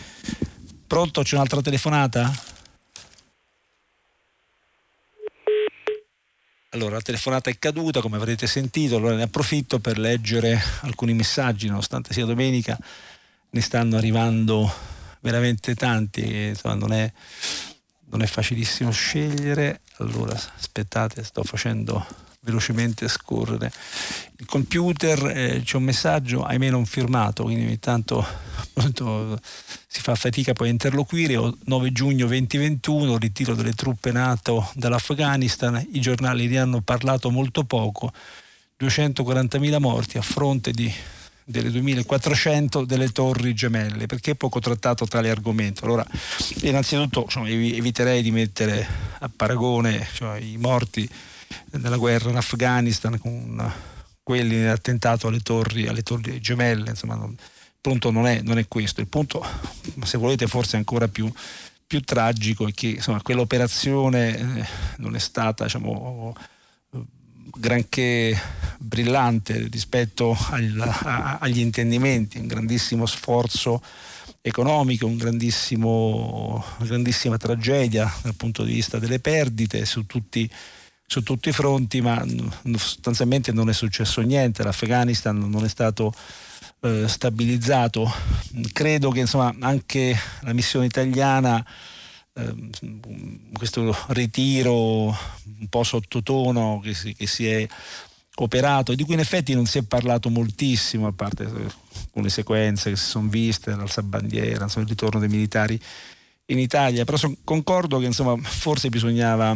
Speaker 2: Pronto? C'è un'altra telefonata? Allora, la telefonata è caduta, come avrete sentito, allora ne approfitto per leggere alcuni messaggi, nonostante sia domenica, ne stanno arrivando veramente tanti, e, insomma, non è, non è facilissimo scegliere. Allora, aspettate, sto facendo velocemente scorrere il computer, eh, c'è un messaggio, ahimè non firmato, quindi ogni tanto appunto, si fa fatica poi a interloquire. nove giugno duemilaventuno, ritiro delle truppe NATO dall'Afghanistan, i giornali ne hanno parlato molto poco, duecentoquarantamila morti a fronte di delle duemilaquattrocento delle torri gemelle. Perché poco trattato tale argomento? Allora, innanzitutto insomma, eviterei di mettere a paragone, cioè, i morti nella guerra in Afghanistan con quelli nell'attentato alle torri, alle torri gemelle, insomma, non, il punto non è, non è questo. Il punto, se volete, forse ancora più, più tragico, è che insomma, quell'operazione eh, non è stata, diciamo, granché brillante rispetto al, a, agli intendimenti, un grandissimo sforzo economico, un grandissimo, una grandissima tragedia dal punto di vista delle perdite su tutti, su tutti i fronti, ma sostanzialmente non è successo niente. L'Afghanistan non è stato eh, stabilizzato. Credo che insomma anche la missione italiana, eh, questo ritiro un po' sottotono che si, che si è operato e di cui in effetti non si è parlato moltissimo, a parte alcune sequenze che si sono viste, l'alzabandiera, insomma, il ritorno dei militari in Italia, però son, concordo che insomma forse bisognava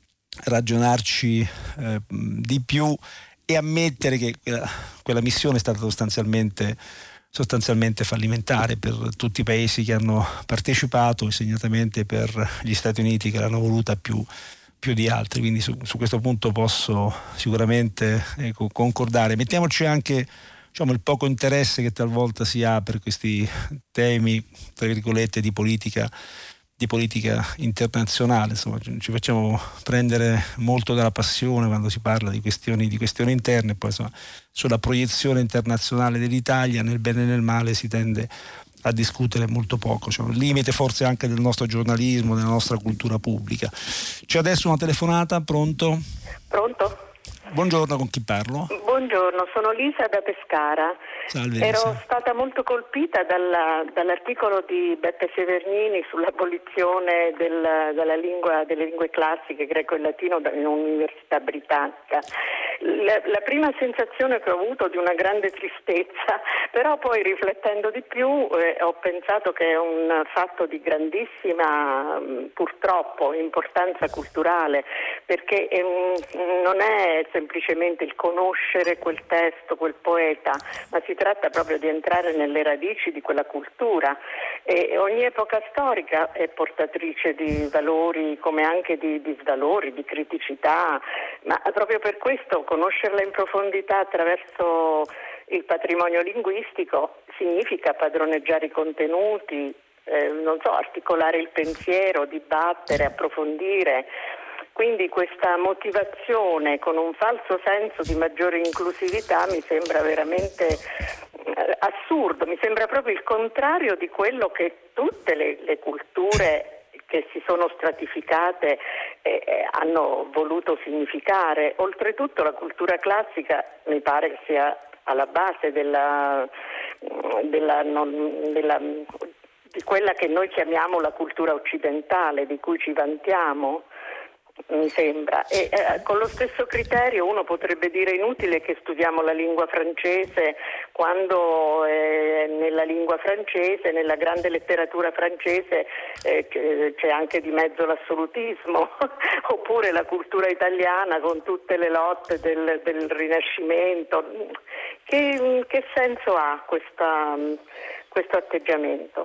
Speaker 2: ragionarci eh, di più e ammettere che quella, quella missione è stata sostanzialmente, sostanzialmente fallimentare per tutti i paesi che hanno partecipato e segnatamente per gli Stati Uniti che l'hanno voluta più, più di altri, quindi su, su questo punto posso sicuramente ecco, concordare. Mettiamoci anche diciamo, il poco interesse che talvolta si ha per questi temi, tra virgolette, di politica di politica internazionale, insomma ci facciamo prendere molto dalla passione quando si parla di questioni, di questioni interne, poi insomma sulla proiezione internazionale dell'Italia nel bene e nel male si tende a discutere molto poco, cioè un limite forse anche del nostro giornalismo, della nostra cultura pubblica. C'è adesso una telefonata, pronto?
Speaker 7: Pronto?
Speaker 2: Buongiorno, con chi parlo?
Speaker 7: Buongiorno, sono Lisa da Pescara.
Speaker 2: Salve,
Speaker 7: Ero
Speaker 2: Lisa.
Speaker 7: stata molto colpita dalla, dall'articolo di Beppe Severnini sull'abolizione del, della lingua, delle lingue classiche greco e latino in un'università britannica. La, la prima sensazione che ho avuto è di una grande tristezza, però poi riflettendo di più eh, ho pensato che è un fatto di grandissima purtroppo importanza culturale, perché è un, non è semplicemente il conoscere quel testo, quel poeta, ma si tratta proprio di entrare nelle radici di quella cultura e ogni epoca storica è portatrice di valori come anche di, di svalori, di criticità, ma proprio per questo conoscerla in profondità attraverso il patrimonio linguistico significa padroneggiare i contenuti, eh, non so, articolare il pensiero, dibattere, approfondire. Quindi questa motivazione con un falso senso di maggiore inclusività mi sembra veramente eh, assurdo, mi sembra proprio il contrario di quello che tutte le, le culture che si sono stratificate eh, eh, hanno voluto significare. Oltretutto la cultura classica mi pare che sia alla base della, della, non, della, di quella che noi chiamiamo la cultura occidentale, di cui ci vantiamo, mi sembra, e eh, con lo stesso criterio uno potrebbe dire inutile che studiamo la lingua francese quando eh, nella lingua francese, nella grande letteratura francese eh, c'è anche di mezzo l'assolutismo oppure la cultura italiana con tutte le lotte del, del Rinascimento. Che, che senso ha questa, questo atteggiamento?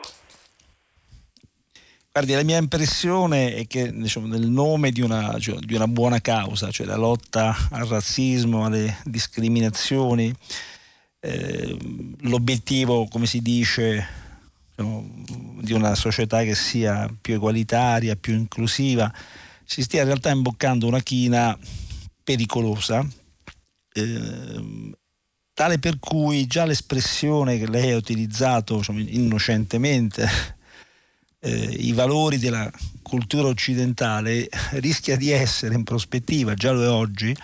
Speaker 2: Guardi, la mia impressione è che diciamo, nel nome di una, cioè, di una buona causa, cioè la lotta al razzismo, alle discriminazioni, eh, l'obiettivo, come si dice, diciamo, di una società che sia più egualitaria, più inclusiva, si stia in realtà imboccando una china pericolosa, eh, tale per cui già l'espressione che lei ha utilizzato diciamo, innocentemente eh, i valori della cultura occidentale, rischia di essere in prospettiva, già lo è oggi,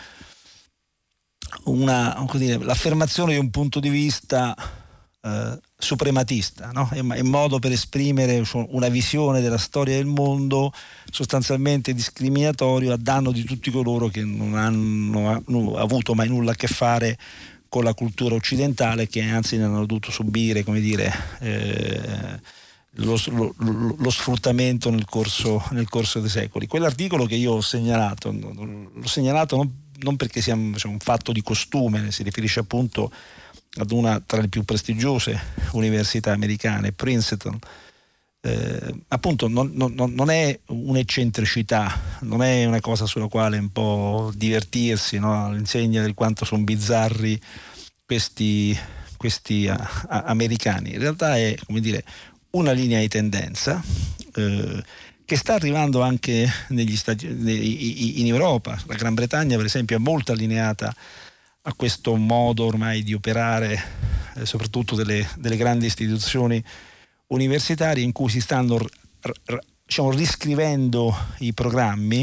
Speaker 2: una, come dire, l'affermazione di un punto di vista eh, suprematista, no? È un modo per esprimere una visione della storia del mondo sostanzialmente discriminatorio a danno di tutti coloro che non hanno, hanno avuto mai nulla a che fare con la cultura occidentale, che anzi ne hanno dovuto subire, come dire, eh, lo, lo, lo sfruttamento nel corso, nel corso dei secoli. Quell'articolo che io ho segnalato, l'ho segnalato non, non perché sia cioè, un fatto di costume, si riferisce appunto ad una tra le più prestigiose università americane, Princeton. Eh, appunto non, non, non è un'eccentricità, non è una cosa sulla quale un po' divertirsi, no? All'insegna del quanto sono bizzarri questi, questi a, a, americani. In realtà è, come dire, una linea di tendenza eh, che sta arrivando anche negli Stati, in Europa. La Gran Bretagna per esempio è molto allineata a questo modo ormai di operare, eh, soprattutto delle, delle grandi istituzioni universitarie, in cui si stanno r- r- diciamo, riscrivendo i programmi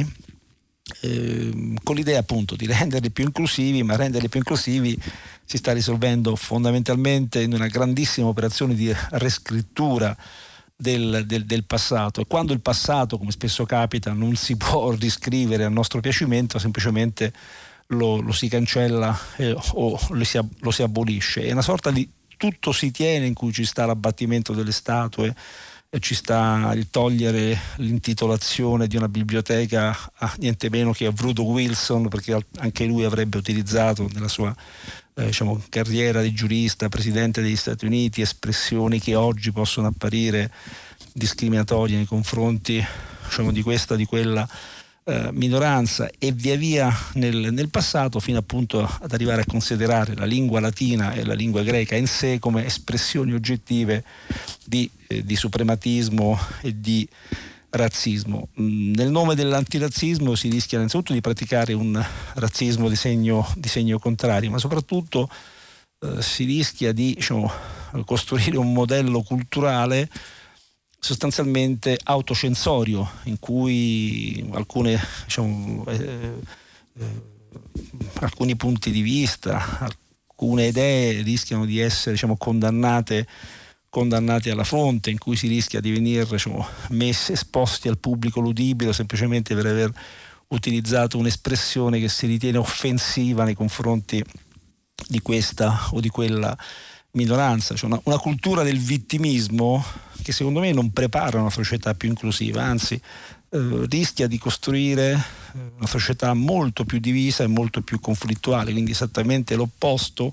Speaker 2: eh, con l'idea appunto di renderli più inclusivi, ma renderli più inclusivi si sta risolvendo fondamentalmente in una grandissima operazione di riscrittura del, del, del passato, e quando il passato, come spesso capita, non si può riscrivere a nostro piacimento, semplicemente lo, lo si cancella eh, o lo si, lo si abolisce. È una sorta di tutto si tiene in cui ci sta l'abbattimento delle statue e ci sta il togliere l'intitolazione di una biblioteca a niente meno che a Woodrow Wilson, perché anche lui avrebbe utilizzato nella sua eh, diciamo, carriera di giurista, presidente degli Stati Uniti, espressioni che oggi possono apparire discriminatorie nei confronti, diciamo, di questa o di quella Uh, minoranza, e via via nel, nel passato, fino appunto ad arrivare a considerare la lingua latina e la lingua greca in sé come espressioni oggettive di, eh, di suprematismo e di razzismo. Mm, nel nome dell'antirazzismo si rischia innanzitutto di praticare un razzismo di segno, di segno contrario, ma soprattutto eh, si rischia di diciamo, costruire un modello culturale sostanzialmente autocensorio, in cui alcune, diciamo, eh, eh, alcuni punti di vista, alcune idee rischiano di essere diciamo, condannate, condannate alla fonte, in cui si rischia di venire diciamo, messi, esposti al pubblico ludibrio semplicemente per aver utilizzato un'espressione che si ritiene offensiva nei confronti di questa o di quella minoranza. Cioè una, una cultura del vittimismo che secondo me non prepara una società più inclusiva, anzi eh, rischia di costruire una società molto più divisa e molto più conflittuale, quindi esattamente l'opposto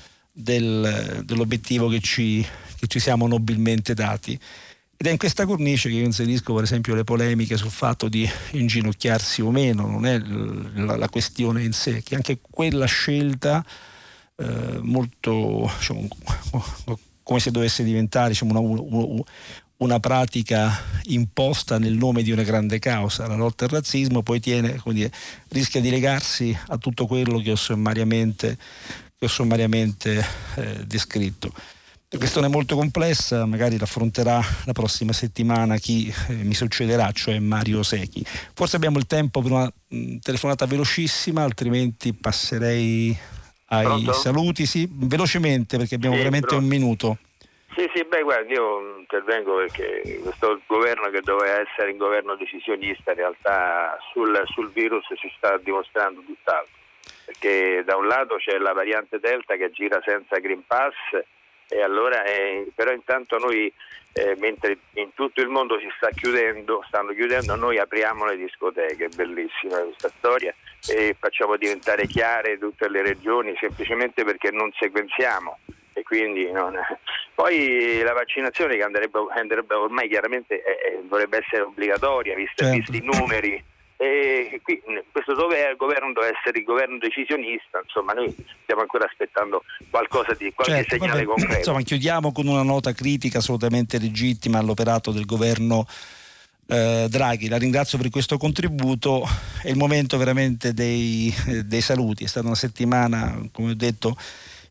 Speaker 2: del, dell'obiettivo che ci, che ci siamo nobilmente dati. Ed è in questa cornice che io inserisco per esempio le polemiche sul fatto di inginocchiarsi o meno, non è la, la questione in sé, che anche quella scelta Eh, molto diciamo, come se dovesse diventare diciamo, una, una, una pratica imposta nel nome di una grande causa, la lotta al razzismo, poi tiene, come dire, rischia di legarsi a tutto quello che ho sommariamente, che ho sommariamente eh, descritto. La questione è molto complessa, magari l'affronterà la prossima settimana chi eh, mi succederà, cioè Mario Secchi. Forse abbiamo il tempo per una mh, telefonata velocissima, altrimenti passerei ai Pronto? saluti, sì, velocemente perché abbiamo sì, veramente pronto. un minuto.
Speaker 8: Sì, sì, beh, guarda, io intervengo perché questo governo che doveva essere un governo decisionista in realtà sul, sul virus si sta dimostrando tutt'altro, perché da un lato c'è la variante Delta che gira senza Green Pass e allora eh, però intanto noi eh, mentre in tutto il mondo si sta chiudendo, stanno chiudendo, noi apriamo le discoteche, bellissima questa storia, e facciamo diventare chiare tutte le regioni semplicemente perché non sequenziamo e quindi non... Poi la vaccinazione che andrebbe, andrebbe ormai chiaramente eh, dovrebbe essere obbligatoria visto, certo. visti i numeri, e qui questo dove il governo deve essere il governo decisionista, insomma noi stiamo ancora aspettando qualcosa di qualche certo, segnale vabbè, concreto.
Speaker 2: Insomma, chiudiamo con una nota critica assolutamente legittima all'operato del governo eh, Draghi. La ringrazio per questo contributo. È il momento veramente dei, dei saluti. È stata una settimana, come ho detto,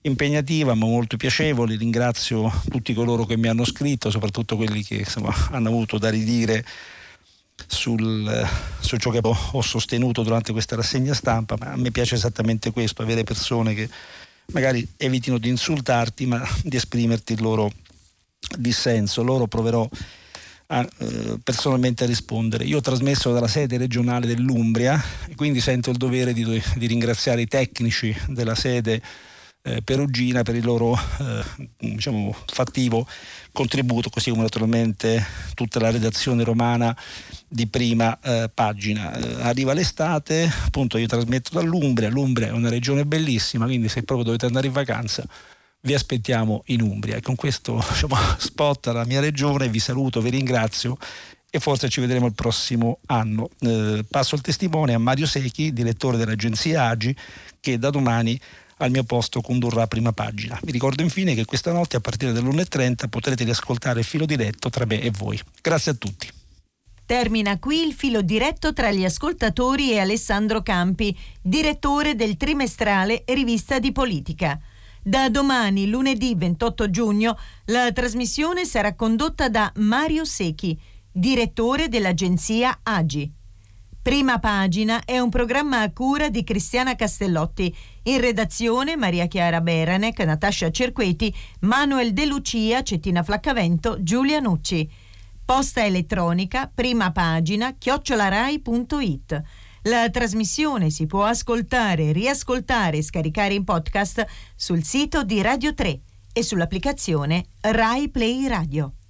Speaker 2: impegnativa ma molto piacevole. Ringrazio tutti coloro che mi hanno scritto, soprattutto quelli che insomma hanno avuto da ridire sul, su ciò che ho sostenuto durante questa rassegna stampa, ma a me piace esattamente questo, avere persone che magari evitino di insultarti ma di esprimerti il loro dissenso. Loro proverò a, eh, personalmente a rispondere. Io ho trasmesso dalla sede regionale dell'Umbria e quindi sento il dovere di, di ringraziare i tecnici della sede eh, perugina per il loro eh, diciamo fattivo contributo, così come naturalmente tutta la redazione romana di prima eh, pagina. Eh, arriva l'estate, appunto io trasmetto dall'Umbria. L'Umbria è una regione bellissima, quindi se proprio dovete andare in vacanza vi aspettiamo in Umbria. E con questo diciamo, spot alla mia regione vi saluto, vi ringrazio e forse ci vedremo il prossimo anno. Eh, passo il testimone a Mario Secchi, direttore dell'agenzia Agi, che da domani al mio posto condurrà prima pagina. Vi ricordo infine che questa notte a partire dalle l'una e trenta potrete riascoltare il filo diretto tra me e voi. Grazie a tutti.
Speaker 1: Termina qui il filo diretto tra gli ascoltatori e Alessandro Campi, direttore del trimestrale Rivista di Politica. Da domani, lunedì ventotto giugno, la trasmissione sarà condotta da Mario Secchi, direttore dell'agenzia Agi. Prima pagina è un programma a cura di Cristiana Castellotti. In redazione Maria Chiara Beranec, Natascia Cerqueti, Manuel De Lucia, Cettina Flaccavento, Giulia Nucci. Posta elettronica, prima pagina, chiocciolarai punto it. La trasmissione si può ascoltare, riascoltare e scaricare in podcast sul sito di Radio tre e sull'applicazione Rai Play Radio.